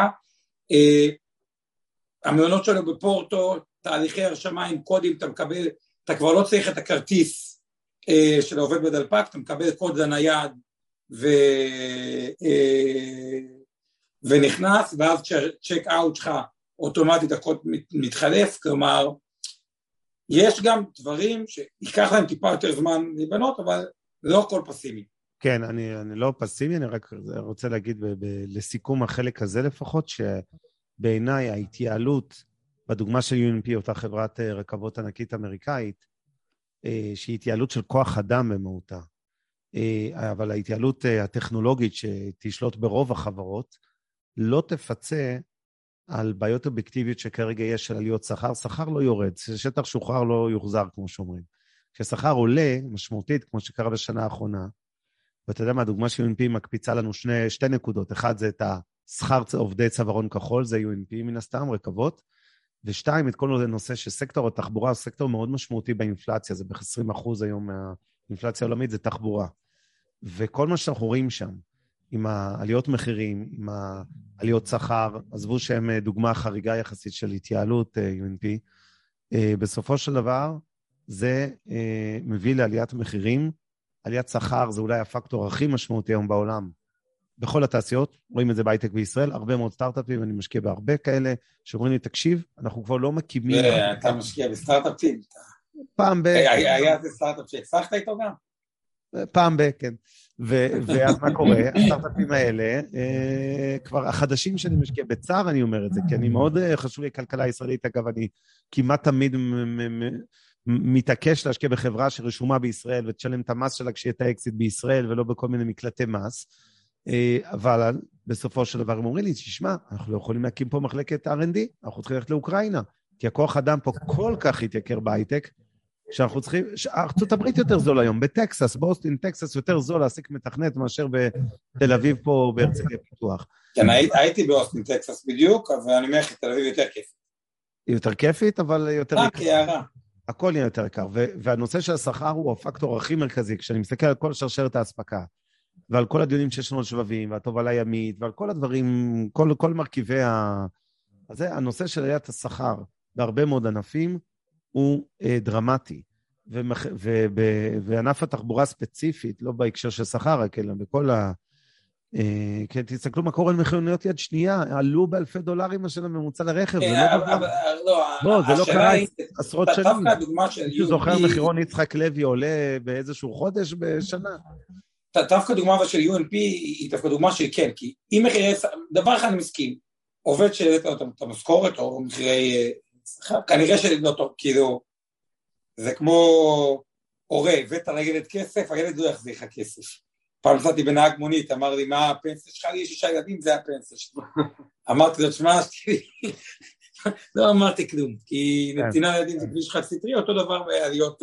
המלונות שלנו בפורטו, תהליכי הרשמה עם קודים, אתה כבר לא צריך את הכרטיס של העובד בדלפק, אתה מקבל קוד לנייד, ונכנס, ואז צ'ק אאוט שלך אוטומטית הקוד מתחלף, כלומר, יש גם דברים שיקח להם טיפה יותר זמן להיבנות, אבל לא הכל פסימי. כן, אני לא פסימי, אני רק רוצה להגיד לסיכום החלק הזה לפחות, שבעיניי ההתייעלות, בדוגמה של UNP, אותה חברת רכבות ענקית אמריקאית, שהיא התייעלות של כוח אדם במהותה, אבל ההתייעלות הטכנולוגית שתשלוט ברוב החברות, לא תפצה על בעיות אובייקטיביות שכרגע יש של עליות שכר. שכר לא יורד, שטח שוחרר לא יוחזר, כמו שאומרים. כששכר עולה משמעותית, כמו שקרה בשנה האחרונה, ואתה יודע מה, הדוגמה של UNP מקפיצה לנו שתי נקודות. אחד זה את השכר עובדי צווארון כחול, זה UNP מן הסתם, רכבות, ושתיים, את כל הנושא שסקטור התחבורה, הוא סקטור מאוד משמעותי באינפלציה, זה בערך 20% היום מהאינפלציה העולמית, זה תחבורה. וכל מה שאנחנו רואים שם, עם העליות מחירים, עם העליות שכר, עזבו שהם דוגמה חריגה יחסית של התייעלות UNP, בסופו של דבר, זה מביא לעליית מחירים, עליית שכר זה אולי הפקטור הכי משמעותי היום בעולם, בכל התעשיות, רואים את זה בהייטק בישראל, הרבה מאוד סטארט-אפים, אני משקיע בהרבה כאלה, שאומרים לי, תקשיב, אנחנו כבר לא מקימים... אתה משקיע בסטארט-אפים? פעם ב... היה זה סטארט-אפ שהצלחת איתו גם? פעם ב, כן. ואז מה קורה? הסטארט-אפים האלה, כבר החדשים שאני משקיע, בצער אני אומר את זה, כי אני מאוד חשוב לי כלכלה הישראלית, אגב, אני כמעט תמיד מתעקש להשקיע בחברה שרשומה בישראל, ותשלם את המס שלה כשיהיה את האקסיט בישראל, ולא בכל מיני מקלטי מס, אבל בסופו של דבר הם אומרים לי, תשמע, אנחנו לא יכולים להקים פה מחלקת R&D, אנחנו צריכים ללכת לאוקראינה, כי הכוח אדם פה כל כך התייקר בהייטק, שאנחנו צריכים, ארצות הברית יותר זול היום, בטקסס, באוסטין, טקסס יותר זול להעסיק מתכנת מאשר בתל אביב פה בהרצליה פיתוח. כן, הייתי באוסטין, טקסס בדיוק, אבל אני אומר, תל אביב יותר כיפית. יותר כיפית, אבל יותר... כערה. הכל יהיה יותר יקר, והנושא של השכר הוא הפקטור הכי מרכזי, כשאני מסתכל על כל שרשרת ההספקה, ועל כל הדיונים שיש לנו על שבבים, והתובלה הימית, ועל כל הדברים, כל מרכיבי הזה, הנושא של עליית השכר, בהרבה מאוד ענפים, הוא דרמטי, וענף התחבורה ספציפית, לא בהקשר של שכר, אלא בכל כן, תסתכלו מה קורה על מכוניות יד שנייה, עלו באלפי דולרים של הממוצע לרכב, לא, זה לא קרה עשרות שנים. מישהו זוכר מחירון יצחק לוי עולה באיזשהו חודש בשנה? דווקא דוגמה של UNP היא דווקא דוגמה של כן, כי אם מחירי, דבר אחד אני מסכים, עובד שהעלית לו את המשכורת או מחירי שכר, כנראה שלא טוב, כאילו, זה כמו הורה, הבאת לילד כסף, הילד לא יחזיר לך כסף. פעם נסעתי בנהג מונית, אמר לי, מה הפנסיה שלך? לי יש 6 ילדים, זה הפנסיה שלך. אמרתי לו, תשמע, לא אמרתי כלום, כי נתינה לילדים זה כביש חד סטרי, אותו דבר בעליות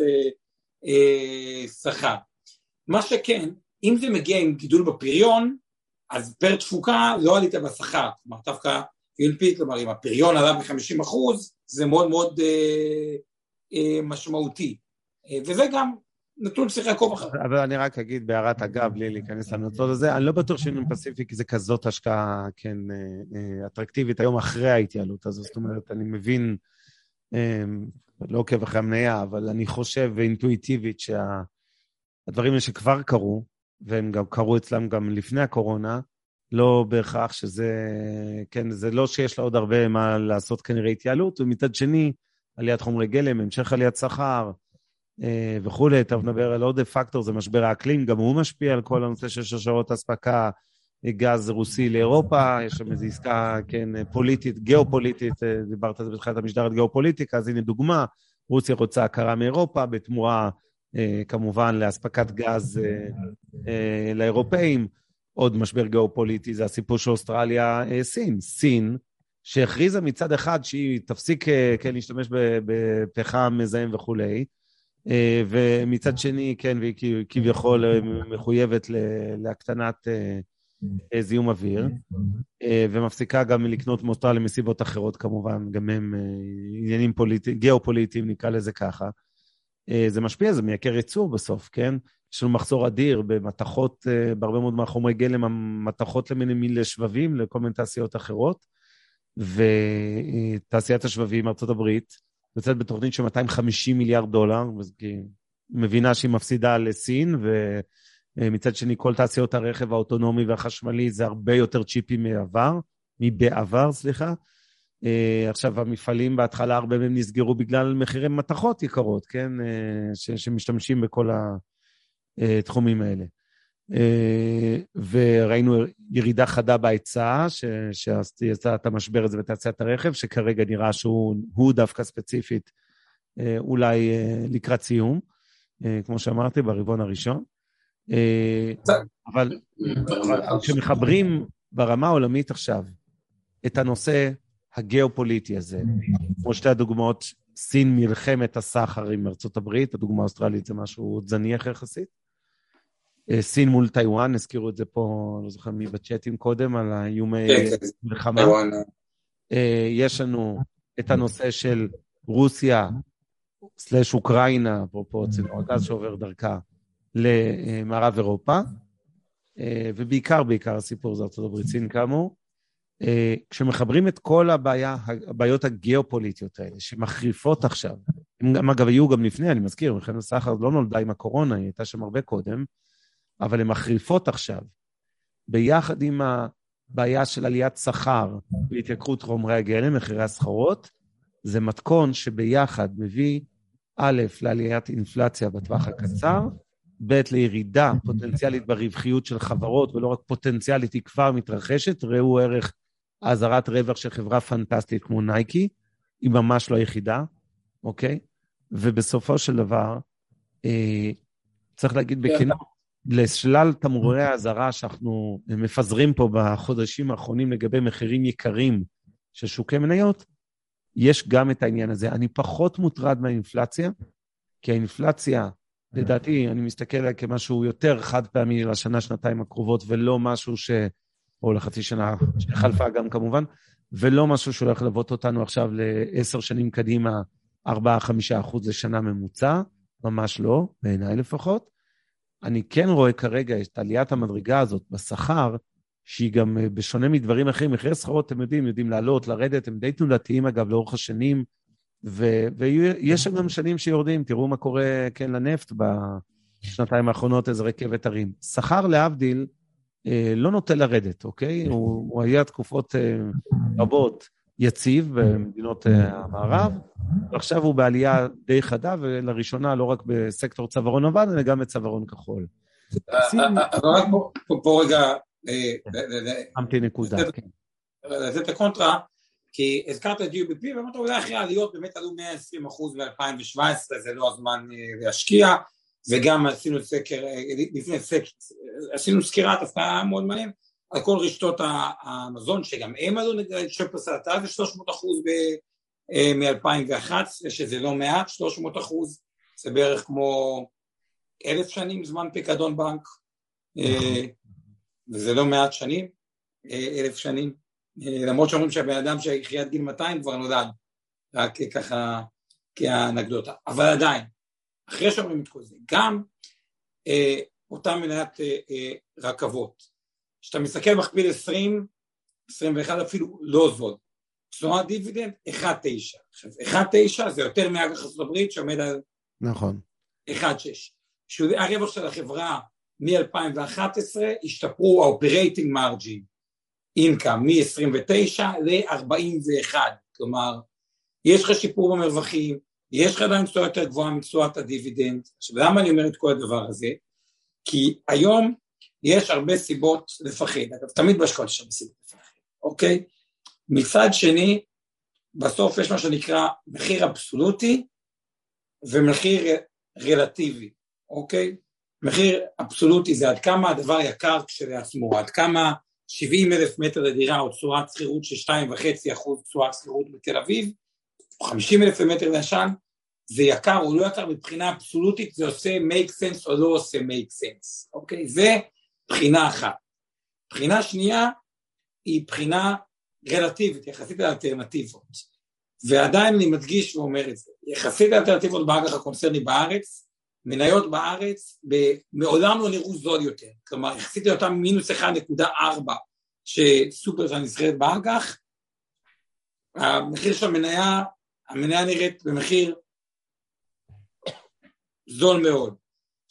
שכר. מה שכן, אם זה מגיע עם גידול בפריון, אז פר תפוקה לא עלית בשכר, כלומר, דווקא UNP, כלומר, אם הפריון עלה ב-50%, זה מאוד מאוד משמעותי. וזה גם נתון צריך לעקוב אחר. אבל אני רק אגיד בהערת אגב, בלי להיכנס לנוצות הזה, אני לא בטוח שאינם פסיפיק זה כזאת השקעה, כן, אטרקטיבית היום אחרי ההתייעלות הזו, זאת אומרת, אני מבין, לא עוקב אחרי המניה, אבל אני חושב אינטואיטיבית שהדברים שכבר קרו, והם גם קרו אצלם גם לפני הקורונה, לא בהכרח שזה, כן, זה לא שיש לה עוד הרבה מה לעשות כנראה התייעלות, ומצד שני, עליית חומרי גלם, המשך עליית שכר, וכולי, אתה מדבר על עוד פקטור, זה משבר האקלים, גם הוא משפיע על כל הנושא של שרשרות אספקה, גז רוסי לאירופה, יש שם איזו עסקה, כן, פוליטית, גיאופוליטית, דיברת על זה בתחילת המשדר על גיאופוליטיקה, אז הנה דוגמה, רוסיה רוצה הכרה מאירופה, בתמורה, כמובן, לאספקת גז לאירופאים, עוד משבר גיאופוליטי, זה הסיפור של אוסטרליה, סין, שהכריזה מצד אחד שהיא תפסיק כן, להשתמש בפחם מזהם וכולי, ומצד שני, כן, והיא כביכול מחויבת להקטנת זיהום אוויר, ומפסיקה גם לקנות מאוסטרליה מסיבות אחרות, כמובן, גם הם עניינים גיאופוליטיים, נקרא לזה ככה. זה משפיע, זה מייקר ייצור בסוף, כן? יש לנו מחסור אדיר במתכות, בהרבה מאוד מהחומרי גלם, המתכות למינים לשבבים, לכל מיני תעשיות אחרות, ותעשיית השבבים, ארצות הברית, יוצאת בתוכנית של $250 מיליארד, מבינה שהיא מפסידה לסין, מצד שני, כל תעשיות הרכב האוטונומי והחשמלי זה הרבה יותר צ'יפים מבעבר, סליחה. עכשיו, המפעלים בהתחלה הרבה מהם נסגרו בגלל מחירי מתכות יקרות, כן? שמשתמשים בכל התחומים האלה. וראינו ירידה חדה בהיצע, שעשתה את המשבר הזה בתעשיית הרכב, שכרגע נראה שהוא דווקא ספציפית, אולי לקראת סיום, כמו שאמרתי, ברבעון הראשון. אבל כשמחברים ברמה העולמית עכשיו את הנושא הגיאופוליטי הזה, כמו שתי הדוגמאות, סין מלחמת הסחר עם ארצות הברית, הדוגמה האוסטרלית זה משהו זניח יחסית, סין מול טיואן, הזכירו את זה פה, לא זוכר מי בצ'אטים קודם, על האיומי מלחמה. יש לנו את הנושא של רוסיה סלש אוקראינה, אפרופו צינור הגז שעובר דרכה למערב אירופה, ובעיקר הסיפור זה ארצות הברית סין כאמור. כשמחברים את כל הבעיות הגיאופוליטיות האלה, שמחריפות עכשיו, הם אגב היו גם לפני, אני מזכיר, מלחמת הסחר לא נולדה עם הקורונה, היא הייתה שם הרבה קודם, אבל הן מחריפות עכשיו, ביחד עם הבעיה של עליית שכר, והתייקרות חומרי הגלם, מחירי הסחורות, זה מתכון שביחד מביא א', לעליית אינפלציה בטווח הקצר, ב', לירידה פוטנציאלית ברווחיות של חברות, ולא רק פוטנציאלית, היא כבר מתרחשת, ראו ערך עזרת רווח של חברה פנטסטית כמו נייקי, היא ממש לא היחידה, אוקיי? ובסופו של דבר, צריך להגיד בכנות, לשלל תמרורי האזהרה שאנחנו מפזרים פה בחודשים האחרונים לגבי מחירים יקרים של שוקי מניות, יש גם את העניין הזה. אני פחות מוטרד מהאינפלציה, כי האינפלציה, לדעתי, אני מסתכל עליה כמשהו יותר חד פעמי לשנה, שנתיים הקרובות, ולא משהו או לחצי שנה שחלפה גם כמובן, ולא משהו שהולך ללוות אותנו עכשיו ל10 שנים קדימה, 4-5% לשנה ממוצע, ממש לא, בעיניי לפחות. אני כן רואה כרגע את עליית המדרגה הזאת בשכר, שהיא גם בשונה מדברים אחרים, מחירי סחורות אתם יודעים לעלות, לרדת, הם די תנודתיים אגב לאורך השנים, ויש גם שנים שיורדים, תראו מה קורה כן לנפט בשנתיים האחרונות, איזה רכבת הרים. שכר להבדיל לא נוטה לרדת, אוקיי? הוא היה תקופות רבות יציב במדינות המערב, ועכשיו הוא בעלייה די חדה, ולראשונה לא רק בסקטור צווארון לבן, אלא גם בצווארון כחול. רק פה רגע, אמתי נקודה, כן. לתת את הקונטרה, כי הזכרת את GBP, ואמרת אולי אחרי העליות באמת עלו 120% ב-2017, זה לא הזמן להשקיע, וגם עשינו סקר, לפני סקר, עשינו סקירת הפתעה מאוד מעניין, על כל רשתות המזון, שגם הם עלו נגד שפרס עלתה, זה 300% מ-2011, שזה לא מעט, 300%, זה בערך כמו 1,000 שנים זמן פיקדון בנק, וזה לא מעט שנים, 1,000 שנים, למרות שאומרים שהבן אדם שיחיה עד גיל 200 כבר נולד, רק ככה כאנקדוטה, אבל עדיין, אחרי שאומרים את כל זה, גם אותה מניית רכבות, שאתה מסתכל מכפיל 20, 21 אפילו לא זול, תשואת דיבידנד 1.9, עכשיו 1.9 זה יותר מאג"ח ארצות הברית שעומד על נכון 1.6, שהרווח של החברה מ-2011 השתפרו האופרייטינג מרג'ין, אינקאם מ-29 ל-41, כלומר יש לך שיפור במרווחים, יש לך עדיין תשואה יותר גבוהה מתשואת הדיבידנד. עכשיו למה אני אומר את כל הדבר הזה? כי היום יש הרבה סיבות לפחד, אגב תמיד בהשקעות יש הרבה סיבות לפחד, אוקיי? מצד שני, בסוף יש מה שנקרא מחיר אבסולוטי ומחיר רלטיבי, אוקיי? מחיר אבסולוטי זה עד כמה הדבר יקר כשלעצמו, עד כמה 70,000 מטר לדירה או תשואת שכירות של 2.5% תשואת שכירות בתל אביב, או 50,000 מטר לישן, זה יקר או לא יקר מבחינה אבסולוטית, זה עושה make sense או לא עושה make sense, אוקיי? זה בחינה אחת. בחינה שנייה היא בחינה רלטיבית, יחסית לאלטרנטיבות, ועדיין אני מדגיש ואומר את זה, יחסית לאלטרנטיבות באג"ח הקונצרני בארץ, מניות בארץ מעולם לא נראו זול יותר, כלומר יחסית לאותם מינוס 1.4 שסופר נסחרת באג"ח, המחיר של המניה נראית במחיר זול מאוד.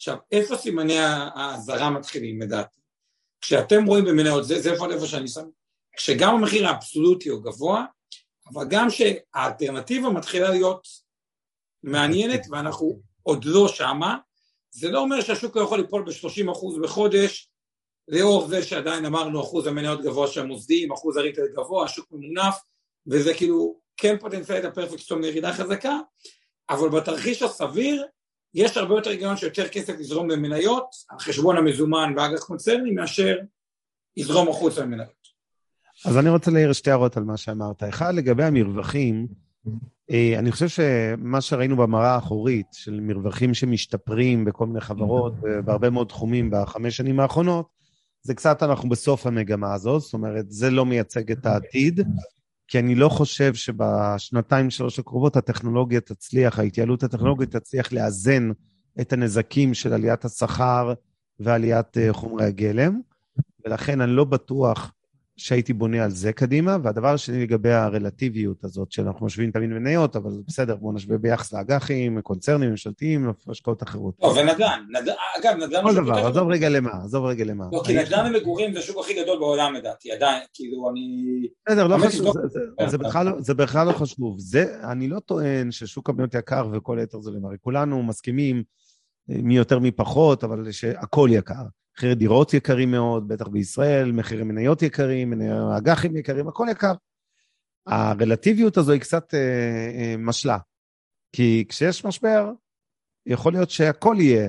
עכשיו, איפה סימני הזרה מתחילים, לדעתי? כשאתם רואים במניות, זה איפה שאני שם, כשגם המחיר האבסולוטי הוא גבוה, אבל גם שהאלטרנטיבה מתחילה להיות מעניינת, ואנחנו עוד לא שמה, זה לא אומר שהשוק לא יכול ליפול ב-30% בחודש, לאור זה שעדיין אמרנו אחוז המניות גבוה שהמוסדיים, אחוז הריטל גבוה, השוק ממונף, וזה כאילו כן פוטנציאלית הפרפקט סטורם לירידה חזקה, אבל בתרחיש הסביר, יש הרבה יותר היגיון שיותר כסף יזרום במניות, על חשבון המזומן ואג"ח קונצרני, מאשר יזרום החוץ במניות. אז אני רוצה להעיר שתי הערות על מה שאמרת. אחד, לגבי המרווחים, אני חושב שמה שראינו במראה האחורית, של מרווחים שמשתפרים בכל מיני חברות, בהרבה מאוד תחומים בחמש שנים האחרונות, זה קצת אנחנו בסוף המגמה הזאת, זאת אומרת, זה לא מייצג את העתיד, כי אני לא חושב שבשנתיים שלוש הקרובות הטכנולוגיה תצליח, ההתייעלות הטכנולוגית תצליח לאזן את הנזקים של עליית השכר ועליית חומרי הגלם, ולכן אני לא בטוח שהייתי בונה על זה קדימה, והדבר השני לגבי הרלטיביות הזאת, שאנחנו משווים תמיד מניות, אבל בסדר, בואו נשווה ביחס לאג"חים, קונצרנים, ממשלתיים, השקעות אחרות. לא, ונדל"ן, אגב, נדל"ן... כל דבר, עזוב רגע למה. לא, כי נדל"ן למגורים זה השוק הכי גדול בעולם, לדעתי, עדיין, כאילו אני... בסדר, לא חשוב, זה בכלל לא חשוב. אני לא טוען ששוק המניות יקר וכל היתר זה למראה. כולנו מסכימים מי יותר מי פחות, אבל שהכל יקר. מחירי דירות יקרים מאוד, בטח בישראל, מחירי מניות יקרים, אג"חים יקרים, הכל יקר. הרלטיביות הזו היא קצת משלה, כי כשיש משבר, יכול להיות שהכל יהיה,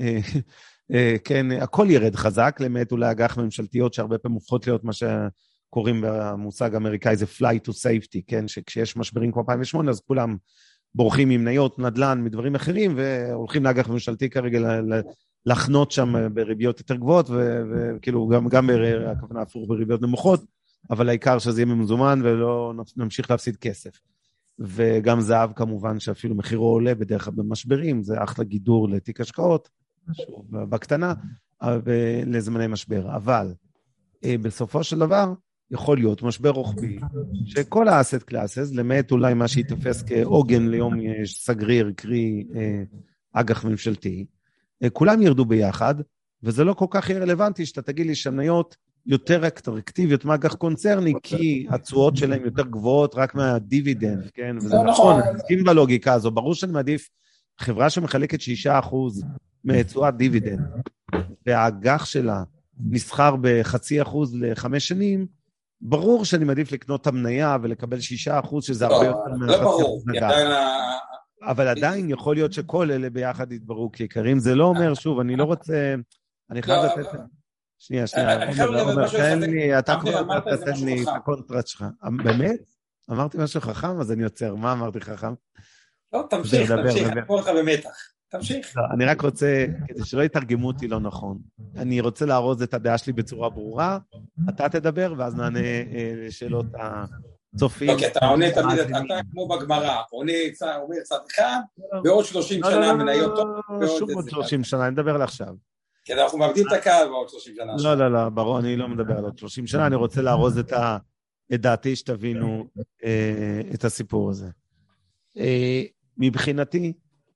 כן, הכל ירד חזק, למעט אולי אג"ח ממשלתיות, שהרבה פעמים הופכות להיות מה שקוראים במושג האמריקאי, זה fly to safety, כן, שכשיש משברים כמו 2008, אז כולם בורחים ממניות, נדל"ן, מדברים אחרים, והולכים לאג"ח ממשלתי כרגע לחנות שם בריביות יותר גבוהות, וכאילו גם הכוונה הפוך בריביות נמוכות, אבל העיקר שזה יהיה ממזומן, ולא נמשיך להפסיד כסף. וגם זהב כמובן שאפילו מחירו עולה בדרך כלל במשברים, זה אחלה גידור לתיק השקעות, בקטנה, לזמני משבר. אבל בסופו של דבר, יכול להיות משבר רוחבי, שכל האסט קלאסס, למעט אולי מה שיתפס כעוגן ליום סגריר, קרי אג"ח ממשלתי, כולם ירדו ביחד, וזה לא כל כך יהיה רלוונטי, שאתה תגיד לי שמניות יותר אטרקטיביות מאג"ח קונצרני, כי התשואות שלהם יותר גבוהות רק מהדיבידנד, כן? וזה נכון, מסכים בלוגיקה הזו, ברור שאני מעדיף חברה שמחלקת 6% מתשואת דיבידנד, והאג"ח שלה נסחר ב0.5% ל5 שנים, ברור שאני מעדיף לקנות את המניה ולקבל 6%, שזה הרבה יותר לא ברור, אבל עדיין יכול להיות שכל אלה ביחד יתברו כיקרים, זה לא אומר, שוב, אני לא רוצה, אני חייב לתת... שנייה, אתה כבר תתן לי את הקונטרט שלך. באמת? אמרתי משהו חכם, אז אני יוצר. מה אמרתי חכם? לא, תמשיך, אני קורא לך במתח. תמשיך. אני רק רוצה, כדי שלא יתרגמו אותי לא נכון, אני רוצה להרוז את הדעה שלי בצורה ברורה, אתה תדבר, ואז נענה לשאלות הצופים. אוקיי, אתה עונה תמיד, אתה כמו בגמרא, עונה צד אחד, בעוד 30 שנה מניות. שום עוד 30 שנה, אני מדבר על עכשיו. כי אנחנו מאבדים את הקהל בעוד 30 שנה. לא, ברור, אני לא מדבר על עוד 30 שנה, אני רוצה להרוז את דעתי שתבינו את הסיפור הזה. מבחינתי,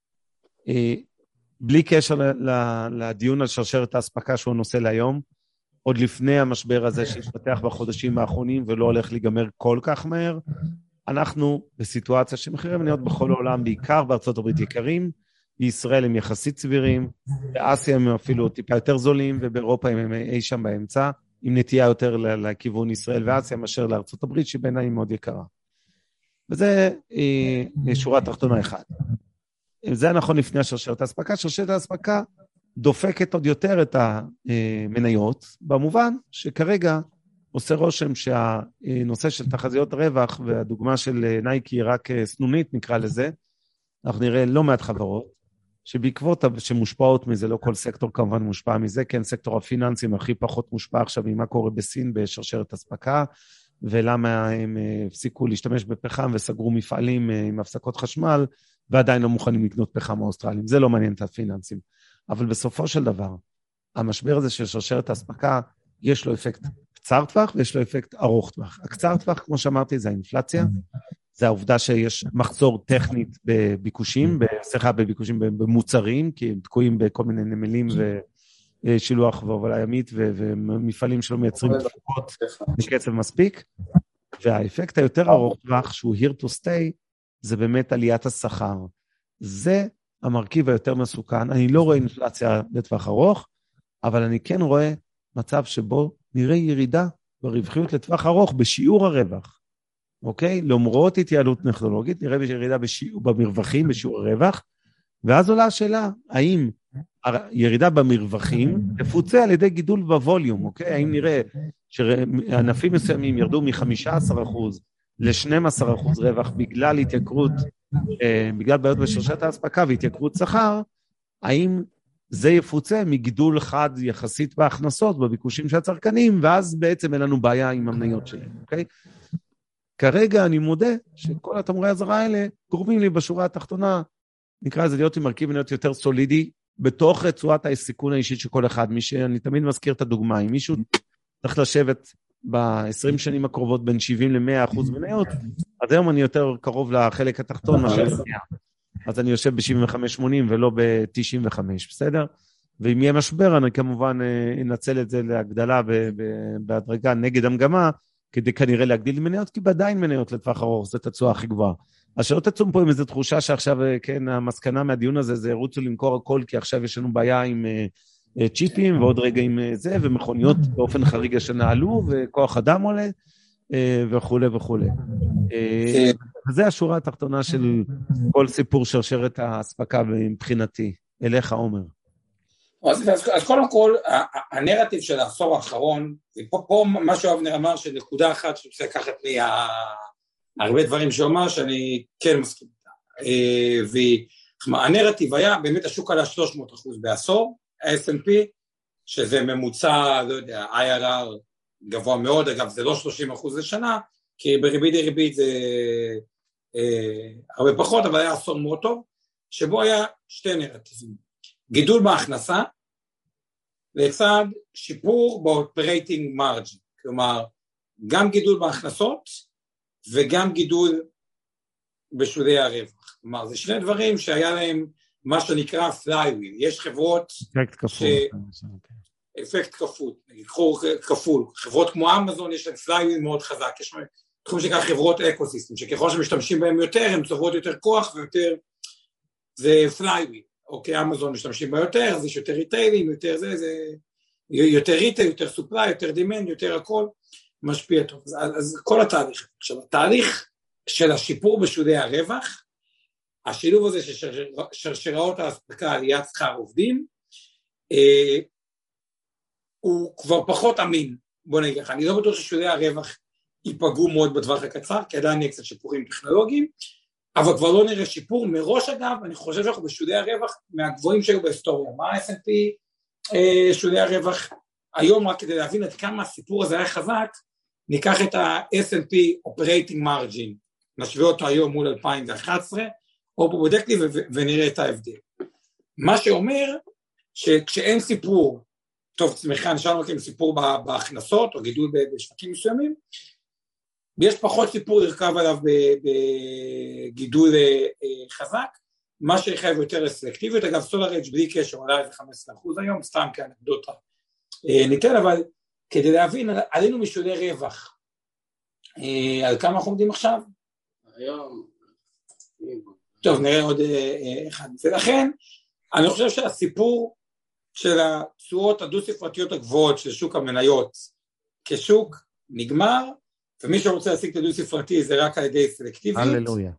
בלי קשר לדיון על שרשרת ההספקה שהוא נושא להיום, עוד לפני המשבר הזה שהתפתח בחודשים האחרונים ולא הולך להיגמר כל כך מהר, אנחנו בסיטואציה שמחירי מניות בכל העולם, בעיקר בארצות הברית יקרים, בישראל הם יחסית סבירים, באסיה הם אפילו טיפה יותר זולים, ובאירופה הם אי שם באמצע, עם נטייה יותר לכיוון ישראל ואסיה, מאשר לארצות הברית, שבעיניי היא מאוד יקרה. וזה שורה תחתונה אחת. זה נכון לפני השרשרת ההספקה. שרשרת ההספקה דופקת עוד יותר את המניות, במובן שכרגע עושה רושם שהנושא של תחזיות רווח, והדוגמה של נייקי רק סנונית נקרא לזה, אנחנו נראה לא מעט חברות, שבעקבות שמושפעות מזה, לא כל סקטור כמובן מושפע מזה, כן סקטור הפיננסים הכי פחות מושפע עכשיו ממה קורה בסין בשרשרת הספקה, ולמה הם הפסיקו להשתמש בפחם וסגרו מפעלים עם הפסקות חשמל, ועדיין לא מוכנים לקנות פחם האוסטרלים. זה לא מעניין את הפיננסים. אבל בסופו של דבר, המשבר הזה של שרשרת ההספקה, יש לו אפקט קצר טווח ויש לו אפקט ארוך טווח. הקצר טווח, כמו שאמרתי, זה האינפלציה, זה העובדה שיש מחסור טכנית בביקושים, במוצרים, כי הם תקועים בכל מיני נמלים ושילוח והובלה ימית, ומפעלים שלא מייצרים תפוקות בקצב מספיק, והאפקט היותר ארוך טווח, שהוא here to stay, זה באמת עליית השכר. זה המרכיב היותר מסוכן. אני לא רואה אינפלציה לטווח ארוך, אבל אני כן רואה מצב שבו נראה ירידה ברווחיות לטווח ארוך בשיעור הרווח. אוקיי? למרות התייעלות טכנולוגית, נראה ירידה במרווחים, בשיעור הרווח, ואז עולה השאלה, האם הירידה במרווחים תפוצה על ידי גידול בווליום, אוקיי? האם נראה שענפים מסוימים ירדו מ-15% ל-12% רווח בגלל התייקרות, בגלל בעיות בשרשרת האספקה והתייקרות שכר, האם זה יפוצה מגידול חד יחסית בהכנסות, בביקושים של הצרכנים, ואז בעצם אין לנו בעיה עם המניות שלהם, אוקיי? כרגע אני מודה שכל התמרי הזרה האלה גורמים לי בשורה התחתונה, נקרא לזה להיות עם מרכיב מניות יותר סולידי, בתוך רצועת הסיכון האישית של כל אחד, אני תמיד מזכיר את הדוגמה, אם מישהו צריך לשבת ב-20 שנים הקרובות בין 70 ל-100% מניות, אז היום אני יותר קרוב לחלק התחתון מאשר שנייה. אז אני יושב ב-75-80 ולא ב-95, בסדר? ואם יהיה משבר, אני כמובן אנצל את זה להגדלה בהדרגה נגד המגמה, כדי כנראה להגדיל מניות, כי בעדיין מניות לטווח ארוך, זה תצועה הכי גבוהה. אז שלא תצום פה עם איזו תחושה שעכשיו, כן, המסקנה מהדיון הזה, זה רוצו למכור הכל, כי עכשיו יש לנו בעיה עם צ'יפים, ועוד רגע עם זה, ומכוניות באופן חריג השנה עלו, וכוח אדם עולה, וכו' וכו'. וזה השורה התחתונה של כל סיפור שרשרת האספקה מבחינתי. אליך, עומר. אז קודם כל, הנרטיב של העשור האחרון, פה מה שאבנר אמר, שנקודה אחת שצריך לקחת לי הרבה דברים שאומר, שאני כן מסכים איתה. והנרטיב היה, באמת השוק עלה 300% בעשור, ה-S&P, שזה ממוצע, לא יודע, IRR גבוה מאוד, אגב זה לא 30% לשנה, כי בריבית זה הרבה פחות, אבל היה עשור מאוד טוב, שבו היה שתי נרטיבים. גידול בהכנסה, לצד שיפור באופרייטינג מרג'ין, כלומר, גם גידול בהכנסות, וגם גידול בשולי הרווח. כלומר, זה שני דברים שהיה להם מה שנקרא flywheel. יש חברות... אפקט כפול. אפקט כפול. חברות כמו אמזון, יש להם flywheel מאוד חזק. יש תחום שנקרא חברות אקוסיסטם, שככל שמשתמשים בהם יותר, הם צוברות יותר כוח ויותר... זה flywheel. אוקיי, אמזון משתמשים בה יותר, אז יש יותר ריטיילים, יותר יותר ריטייל, יותר סופליי, יותר דימנד, יותר הכל, משפיע טוב. אז כל התהליך. עכשיו, התהליך של השיפור בשולי הרווח, השילוב הזה של שרשראות האספקה עליית שכר עובדים, הוא כבר פחות אמין, בוא נגיד, אני לא בטוח ששולי הרווח ייפגעו מאוד בטווח הקצר, כי עדיין נהיה קצת שיפורים טכנולוגיים, אבל כבר לא נראה שיפור. מראש אגב, אני חושב שאנחנו בשולי הרווח מהגבוהים שהיו בהיסטוריה. מה ה-S&P שולי הרווח? היום רק כדי להבין עד כמה הסיפור הזה היה חזק, ניקח את ה-S&P Operating Margin, נשווה אותו היום מול 2011, או פה בודק לי ונראה את ההבדל. מה שאומר שכשאין סיפור, טוב, צמחה, נשארנו רק עם סיפור בהכנסות, או גידול בשווקים מסוימים, יש פחות סיפור לרכב עליו בגידול חזק, מה שיחייב יותר לסלקטיביות. אגב, SolarEdge בלי קשר עולה איזה 15% היום, סתם כאנקדוטה ניתן, אבל כדי להבין, עלינו משולי רווח, על כמה אנחנו עומדים עכשיו? היום. טוב, נראה עוד אחד. ולכן, אני חושב שהסיפור של התשואות הדו-ספרתיות הגבוהות של שוק המניות, כשוק נגמר, ומי שרוצה להשיג את הדו-ספרתי זה רק על ידי סלקטיביות, הללויה.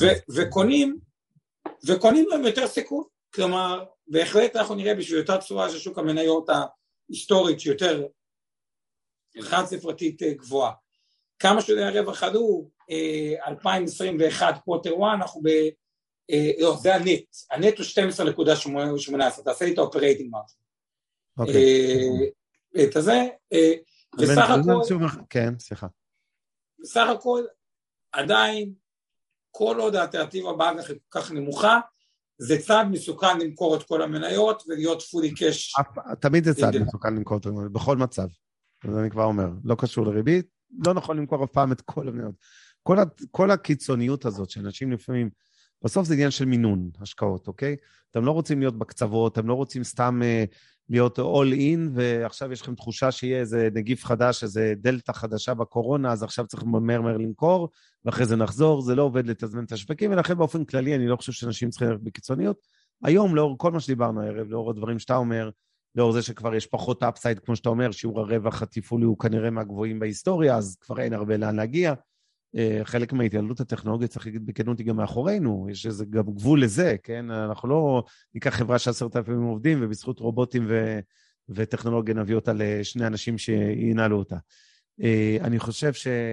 וקונים להם יותר סיכון, כלומר, בהחלט אנחנו נראה בשביל אותה צורה של שוק המניות ההיסטורית, שיותר חד ספרתית גבוהה. כמה שולי הרווח עלו, 2021 פוטר 1, אנחנו לא, זה הנט הוא 12.18, תעשה לי את האופרייטינג מרג'ין. את הזה, וסך הכל, כן, סליחה. בסך הכל, עדיין, כל עוד האלטרנטיבה באג"ח היא כל כך נמוכה, זה צעד מסוכן למכור את כל המניות, ולהיות פולי קש. תמיד זה צעד מסוכן למכור את המניות, בכל מצב. אז אני כבר אומר, לא קשור לריבית, לא נכון למכור אף פעם את כל המניות. כל הקיצוניות הזאת שאנשים לפעמים, בסוף זה עניין של מינון, השקעות, אוקיי? אתם לא רוצים להיות בקצוות, אתם לא רוצים סתם להיות all in, ועכשיו יש לכם תחושה שיהיה איזה נגיף חדש, איזה דלטה חדשה בקורונה, אז עכשיו צריך מהר למכור, ואחרי זה נחזור, זה לא עובד לתזמן את השווקים, ולכן באופן כללי אני לא חושב שאנשים צריכים ללכת בקיצוניות. היום, לאור כל מה שדיברנו הערב, לאור הדברים שאתה אומר, לאור זה שכבר יש פחות אפסייד, כמו שאתה אומר, שיעור הרווח התפעולי הוא כנראה מהגבוהים בהיסטוריה, אז כבר אין הרבה לאן להגיע. חלק מההתייעלות הטכנולוגית, צריך להגיד בכנות, היא גם מאחורינו, יש איזה גם גבול לזה, כן? אנחנו לא ניקח חברה 10,000 עובדים, ובזכות רובוטים וטכנולוגיה נביא אותה לשני אנשים שינהלו אותה. אני חושב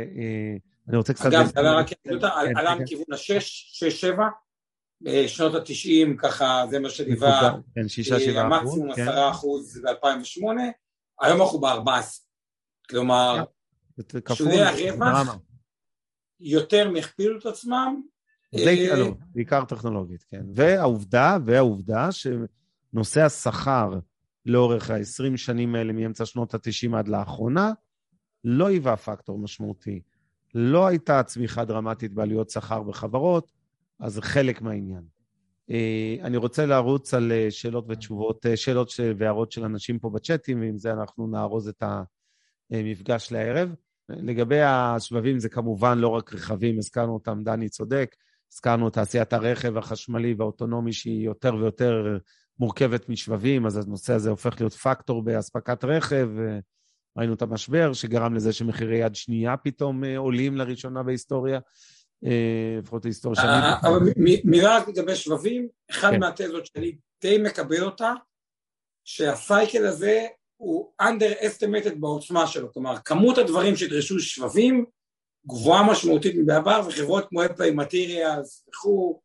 אני רוצה קצת... אגב, עלה מכיוון ה-6-7, בשנות ה-90, ככה, זה מה שדיבה, המקסימום 10% ב-2008, היום אנחנו ב-14. כלומר, שולי הרווח, יותר מהכפילו את עצמם. זה יקלו, בעיקר טכנולוגית, כן. והעובדה שנושא השכר לאורך ה-20 שנים האלה, מאמצע שנות ה-90 עד לאחרונה, לא היווה פקטור משמעותי. לא הייתה צמיחה דרמטית בעלויות שכר בחברות, אז זה חלק מהעניין. אני רוצה להרוץ על שאלות ותשובות, שאלות והערות של אנשים פה בצ'אטים, ועם זה אנחנו נארוז את המפגש לערב. לגבי השבבים זה כמובן לא רק רכבים, הזכרנו אותם, דני צודק, הזכרנו את תעשיית הרכב החשמלי והאוטונומי שהיא יותר ויותר מורכבת משבבים, אז הנושא הזה הופך להיות פקטור בהספקת רכב, ראינו את המשבר שגרם לזה שמחירי יד שנייה פתאום עולים לראשונה בהיסטוריה, לפחות ההיסטוריה שאני... אבל מילה לגבי שבבים, אחד מהתזות שאני די מקבל אותה, שהסייקל הזה הוא underestimated בעוצמה שלו, כלומר, כמות הדברים שדרשו שבבים, גבוהה משמעותית מבעבר, וחברות כמו אפליי מטריאלס, וכו',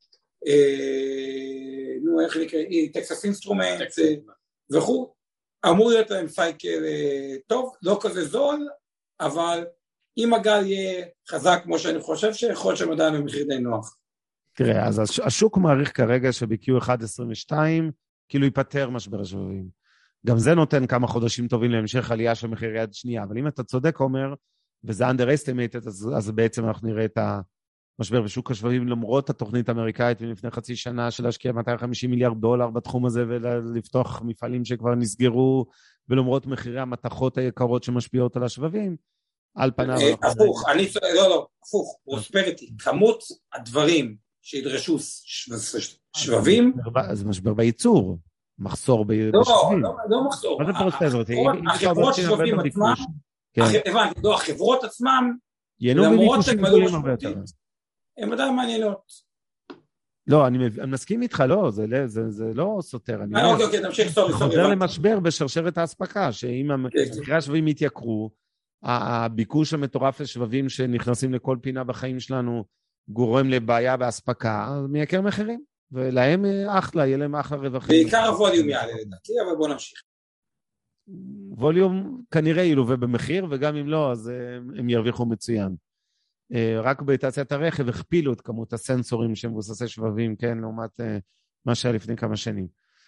איך נקרא, טקסס אינסטרומנט, וכו', אמור להיות להם סייקל טוב, לא כזה זול, אבל אם הגל יהיה חזק כמו שאני חושב, שיכול שם עדיין במחיר די נוח. תראה, אז השוק מעריך כרגע שב-Q1-22, כאילו ייפטר משבר השבבים. גם זה נותן כמה חודשים טובים להמשך עלייה של מחיר יד שנייה, אבל אם אתה צודק, אומר, וזה underestimated, אז בעצם אנחנו נראה את המשבר בשוק השבבים, למרות התוכנית האמריקאית מלפני חצי שנה של להשקיע $250 מיליארד בתחום הזה, ולפתוח מפעלים שכבר נסגרו, ולמרות מחירי המתכות היקרות שמשפיעות על השבבים, על פניו... הפוך, פרוספריטי, כמות הדברים שידרשו שבבים... זה משבר בייצור. מחסור בשבבים. לא מחסור. מה זה פרוספריטי? החברות שבבים עצמם, החברות עצמם, למרות שהן גדולים הרבה יותר. הן עדיין מעניינות. לא, אני מסכים איתך, לא, זה לא סותר. אוקיי, תמשיך, סורי. חוזר למשבר בשרשרת ההספקה, שאם מחירי השבבים יתייקרו, הביקוש המטורף לשבבים שנכנסים לכל פינה בחיים שלנו, גורם לבעיה בהספקה, מייקר מחירים. ולהם אחלה, יהיה להם אחלה רווחים. בעיקר הווליום יעלה לדעתי, אבל בוא נמשיך. ווליום כנראה ילווה במחיר, וגם אם לא, אז הם ירוויחו מצוין. רק בתעשיית הרכב הכפילו את כמות הסנסורים שמבוססי שבבים, כן, לעומת מה שהיה לפני כמה שנים.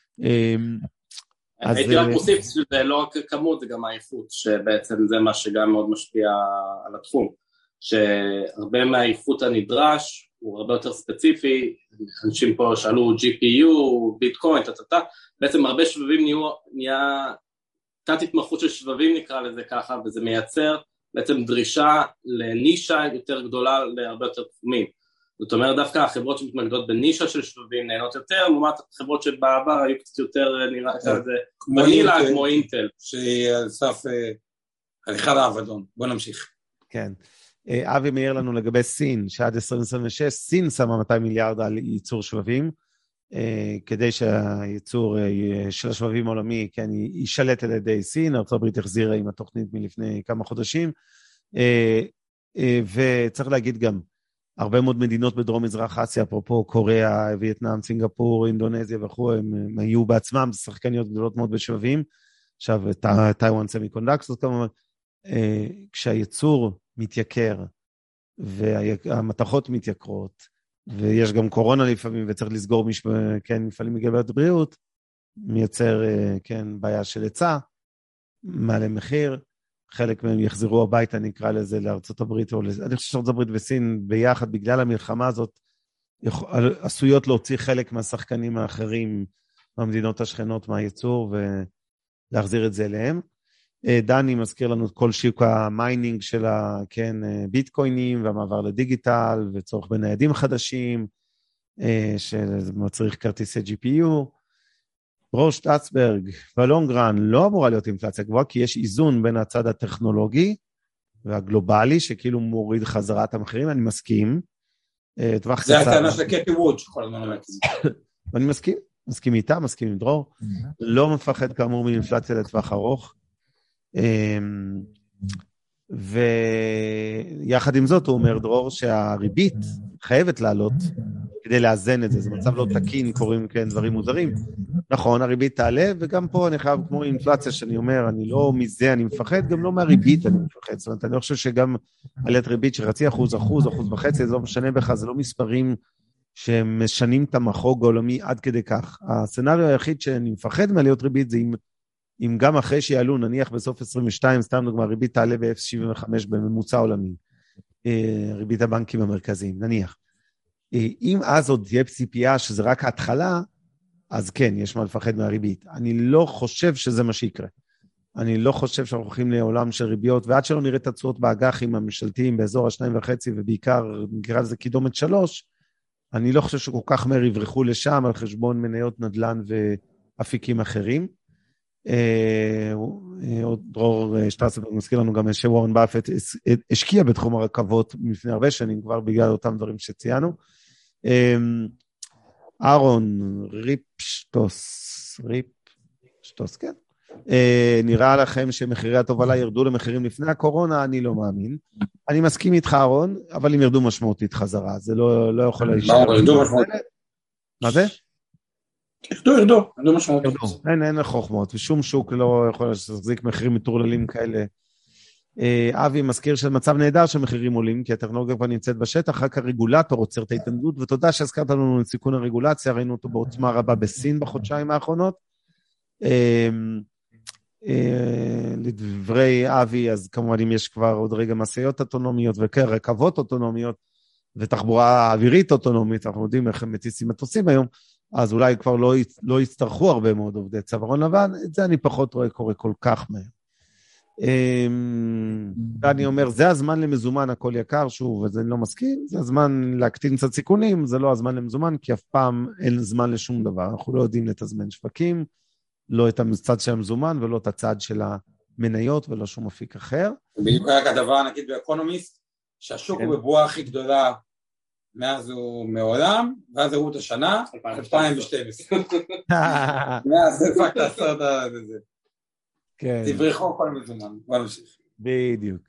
הייתי רק מוסיף שזה לא רק כמות, זה גם האיכות, שבעצם זה מה שגם מאוד משפיע על התחום, שהרבה מהאיכות הנדרש, הוא הרבה יותר ספציפי, אנשים פה שאלו GPU, ביטקוין, בעצם הרבה שבבים נהיה תת התמחות של שבבים נקרא לזה ככה, וזה מייצר בעצם דרישה לנישה יותר גדולה להרבה יותר תחומים. זאת אומרת, דווקא החברות שמתמקדות בנישה של שבבים נהנות יותר, לעומת החברות שבעבר היו קצת יותר נראה כזה, ונילה כמו אינטל. שהיא על סף הליכה לאבדון. בוא נמשיך. כן. אבי מאיר לנו לגבי סין, שעד 2026, סין שמה 200 מיליארד על ייצור שבבים, כדי שהייצור של השבבים העולמי, כן, יישלט על ידי סין, ארצות הברית החזירה עם התוכנית מלפני כמה חודשים, וצריך להגיד גם, הרבה מאוד מדינות בדרום מזרח אסיה, אפרופו קוריאה, וייטנאם, סינגפור, אינדונזיה וכו', הם היו בעצמם שחקניות גדולות מאוד בשבבים, עכשיו טייוואן סמיקונדקטור, כמובן, כשהייצור מתייקר, והמתכות מתייקרות, ויש גם קורונה לפעמים, וצריך לסגור מפעלים מגבעת בריאות, מייצר בעיה של היצע, מעלה מחיר, חלק מהם יחזרו הביתה, נקרא לזה, לארצות הברית, אני חושב שארצות הברית וסין ביחד, בגלל המלחמה הזאת, עשויות להוציא חלק מהשחקנים האחרים, במדינות השכנות מהייצור, ולהחזיר את זה אליהם. דני מזכיר לנו את כל שוק המיינינג של ביטקוינים, והמעבר לדיגיטל, וצורך בניידים חדשים, שמצריך כרטיסי GPU. דרור שטצברג, בלונגרן לא אמורה להיות אינפלציה גבוהה, כי יש איזון בין הצד הטכנולוגי והגלובלי, שכאילו מוריד חזרת המחירים, אני מסכים. זה הטענה של קטי ווד, שכל הזמן אומרת את זה. ואני מסכים איתה, מסכים עם דרור, לא מפחד כאמור מאינפלציה לטווח ארוך, ויחד עם זאת הוא אומר דרור שהריבית חייבת לעלות כדי לאזן את זה, זה מצב לא תקין, קוראים כן דברים מוזרים, נכון, הריבית תעלה, וגם פה אני חייב כמו אינפלציה שאני אומר, אני לא מזה אני מפחד, גם לא מהריבית אני מפחד, זאת אומרת, אני חושב שגם עליית ריבית של 0.5%, 1.5%, זה לא משנה בך, זה לא מספרים שמשנים את המחוג העולמי עד כדי כך. הסצנריו היחיד שאני מפחד מעליות ריבית זה אם גם אחרי שיעלו, נניח בסוף 22, סתם דוגמה, ריבית תעלה ב-0.75 בממוצע עולמי, ריבית הבנקים המרכזיים, נניח. אם אז עוד תהיה ציפייה שזה רק ההתחלה, אז כן, יש מה לפחד מהריבית. אני לא חושב שזה מה שיקרה. אני לא חושב שאנחנו הולכים לעולם של ריביות, ועד שלא נראה את התשואות באג"חים הממשלתיים באזור ה-2.5, ובעיקר נקרא לזה קידומת 3, אני לא חושב שכל כך מהר יברחו לשם על חשבון מניות נדל"ן ואפיקים אחרים. דרור שטרסברג מזכיר לנו גם שוורן באפט השקיע בתחום הרכבות לפני הרבה שנים, כבר בגלל אותם דברים שציינו. אהרון ריפשטוס, כן. נראה לכם שמחירי התובלה ירדו למחירים לפני הקורונה? אני לא מאמין. אני מסכים איתך, אהרון, אבל הם ירדו משמעותית חזרה, זה לא יכול להישאר. ירדו משמעותית. מה זה? ירדו משמעותית. אין חוכמות, ושום שוק לא יכול להחזיק מחירים מטורללים כאלה. אבי מזכיר של מצב נהדר שמחירים עולים, כי הטכנולוגיה כבר נמצאת בשטח, רק הרגולטור עוצר את ההתנגדות, ותודה שהזכרת לנו את סיכון הרגולציה, ראינו אותו בעוצמה רבה בסין בחודשיים האחרונות. לדברי אבי, אז כמובן אם יש כבר עוד רגע מסעיות אוטונומיות ורכבות אוטונומיות ותחבורה אווירית אוטונומית, אנחנו יודעים איך הם מטיסים מטוסים היום, אז אולי כבר לא יצטרכו הרבה מאוד עובדי צווארון לבן, את זה אני פחות רואה קורה כל כך מהר. ואני אומר, זה הזמן למזומן, הכל יקר, שוב, וזה אני לא מסכים, זה הזמן להקטין קצת סיכונים, זה לא הזמן למזומן, כי אף פעם אין זמן לשום דבר, אנחנו לא יודעים לתזמן שווקים, לא את הצד של המזומן, ולא את הצד של המניות, ולא שום אפיק אחר. בדיוק רק הדבר, נגיד באקונומיסט, שהשוק הוא בבועה הכי גדולה, מאז הוא מעולם, ואז הראו את השנה, 2012. מאז זה פקט לעשות את זה. תברחו כל מזומן, בוא נמשיך. בדיוק.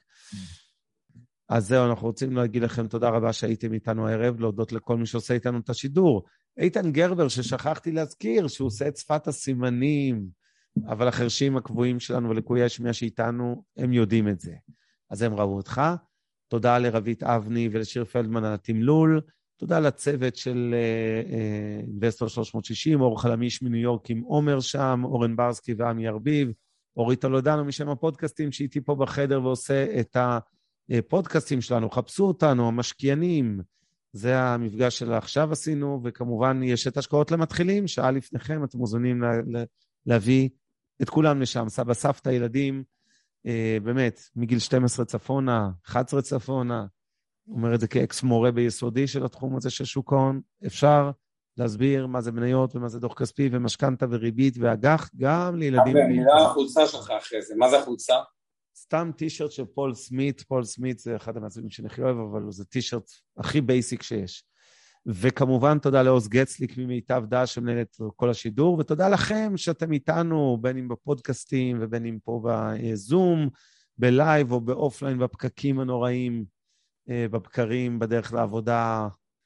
אז זהו, אנחנו רוצים להגיד לכם תודה רבה שהייתם איתנו הערב, להודות לכל מי שעושה איתנו את השידור. איתן גרבר, ששכחתי להזכיר, שהוא עושה את שפת הסימנים, אבל החרשים הקבועים שלנו ולקויי השמיעה שאיתנו, הם יודעים את זה. אז הם ראו אותך. תודה לרבית אבני ולשיר פלדמן על התמלול. תודה לצוות של אינבסטור 360, אור חלמיש מניו יורק עם עומר שם, אורן ברסקי ועמי ארביב, אורית אלודנו משם הפודקאסטים שאיתי פה בחדר ועושה את הפודקאסטים שלנו. חפשו אותנו, המשקיענים. זה המפגש של עכשיו עשינו, וכמובן יש את השקעות למתחילים, שעה לפניכם אתם מוזמנים להביא את כולם לשם, סבא, סבתא, ילדים, באמת, מגיל 12 צפונה, 11 צפונה, אומר את זה כאקס מורה ביסודי של התחום הזה של שוק ההון, אפשר להסביר מה זה מניות ומה זה דוח כספי ומשכנתא וריבית ואג"ח, גם לילדים. מילה החולצה שלך אחרי זה, מה זה החולצה? סתם טישרט של פול סמית, פול סמית זה אחד המעצבים שאני הכי אוהב, אבל זה טישרט הכי בייסיק שיש. וכמובן תודה לעוז גצליק ממיטב דש שמנהל את כל השידור, ותודה לכם שאתם איתנו, בין אם בפודקאסטים ובין אם פה בזום, בלייב או באופליין, בפקקים הנוראים, בבקרים, בדרך לעבודה,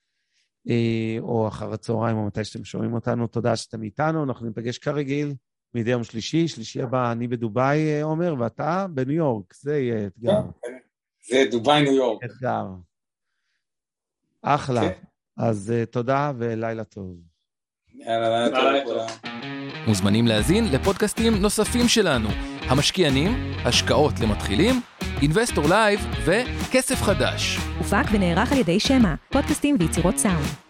או אחר הצהריים, או מתי שאתם שומעים אותנו. תודה שאתם איתנו, אנחנו ניפגש כרגיל, מדי יום שלישי הבא אני בדוביי, עומר, ואתה בניו יורק, זה יהיה אתגר. זה דוביי ניו יורק. אתגר. אחלה. אז תודה ולילה טוב. יאללה. מוזמנים להזין לפודקאסטים נוספים שלנו, המשקיענים, השקעות למתחילים, Investor Live וכסף חדש. הופק ונערך על ידי שמה, פודקאסטים ויצירות סאונד.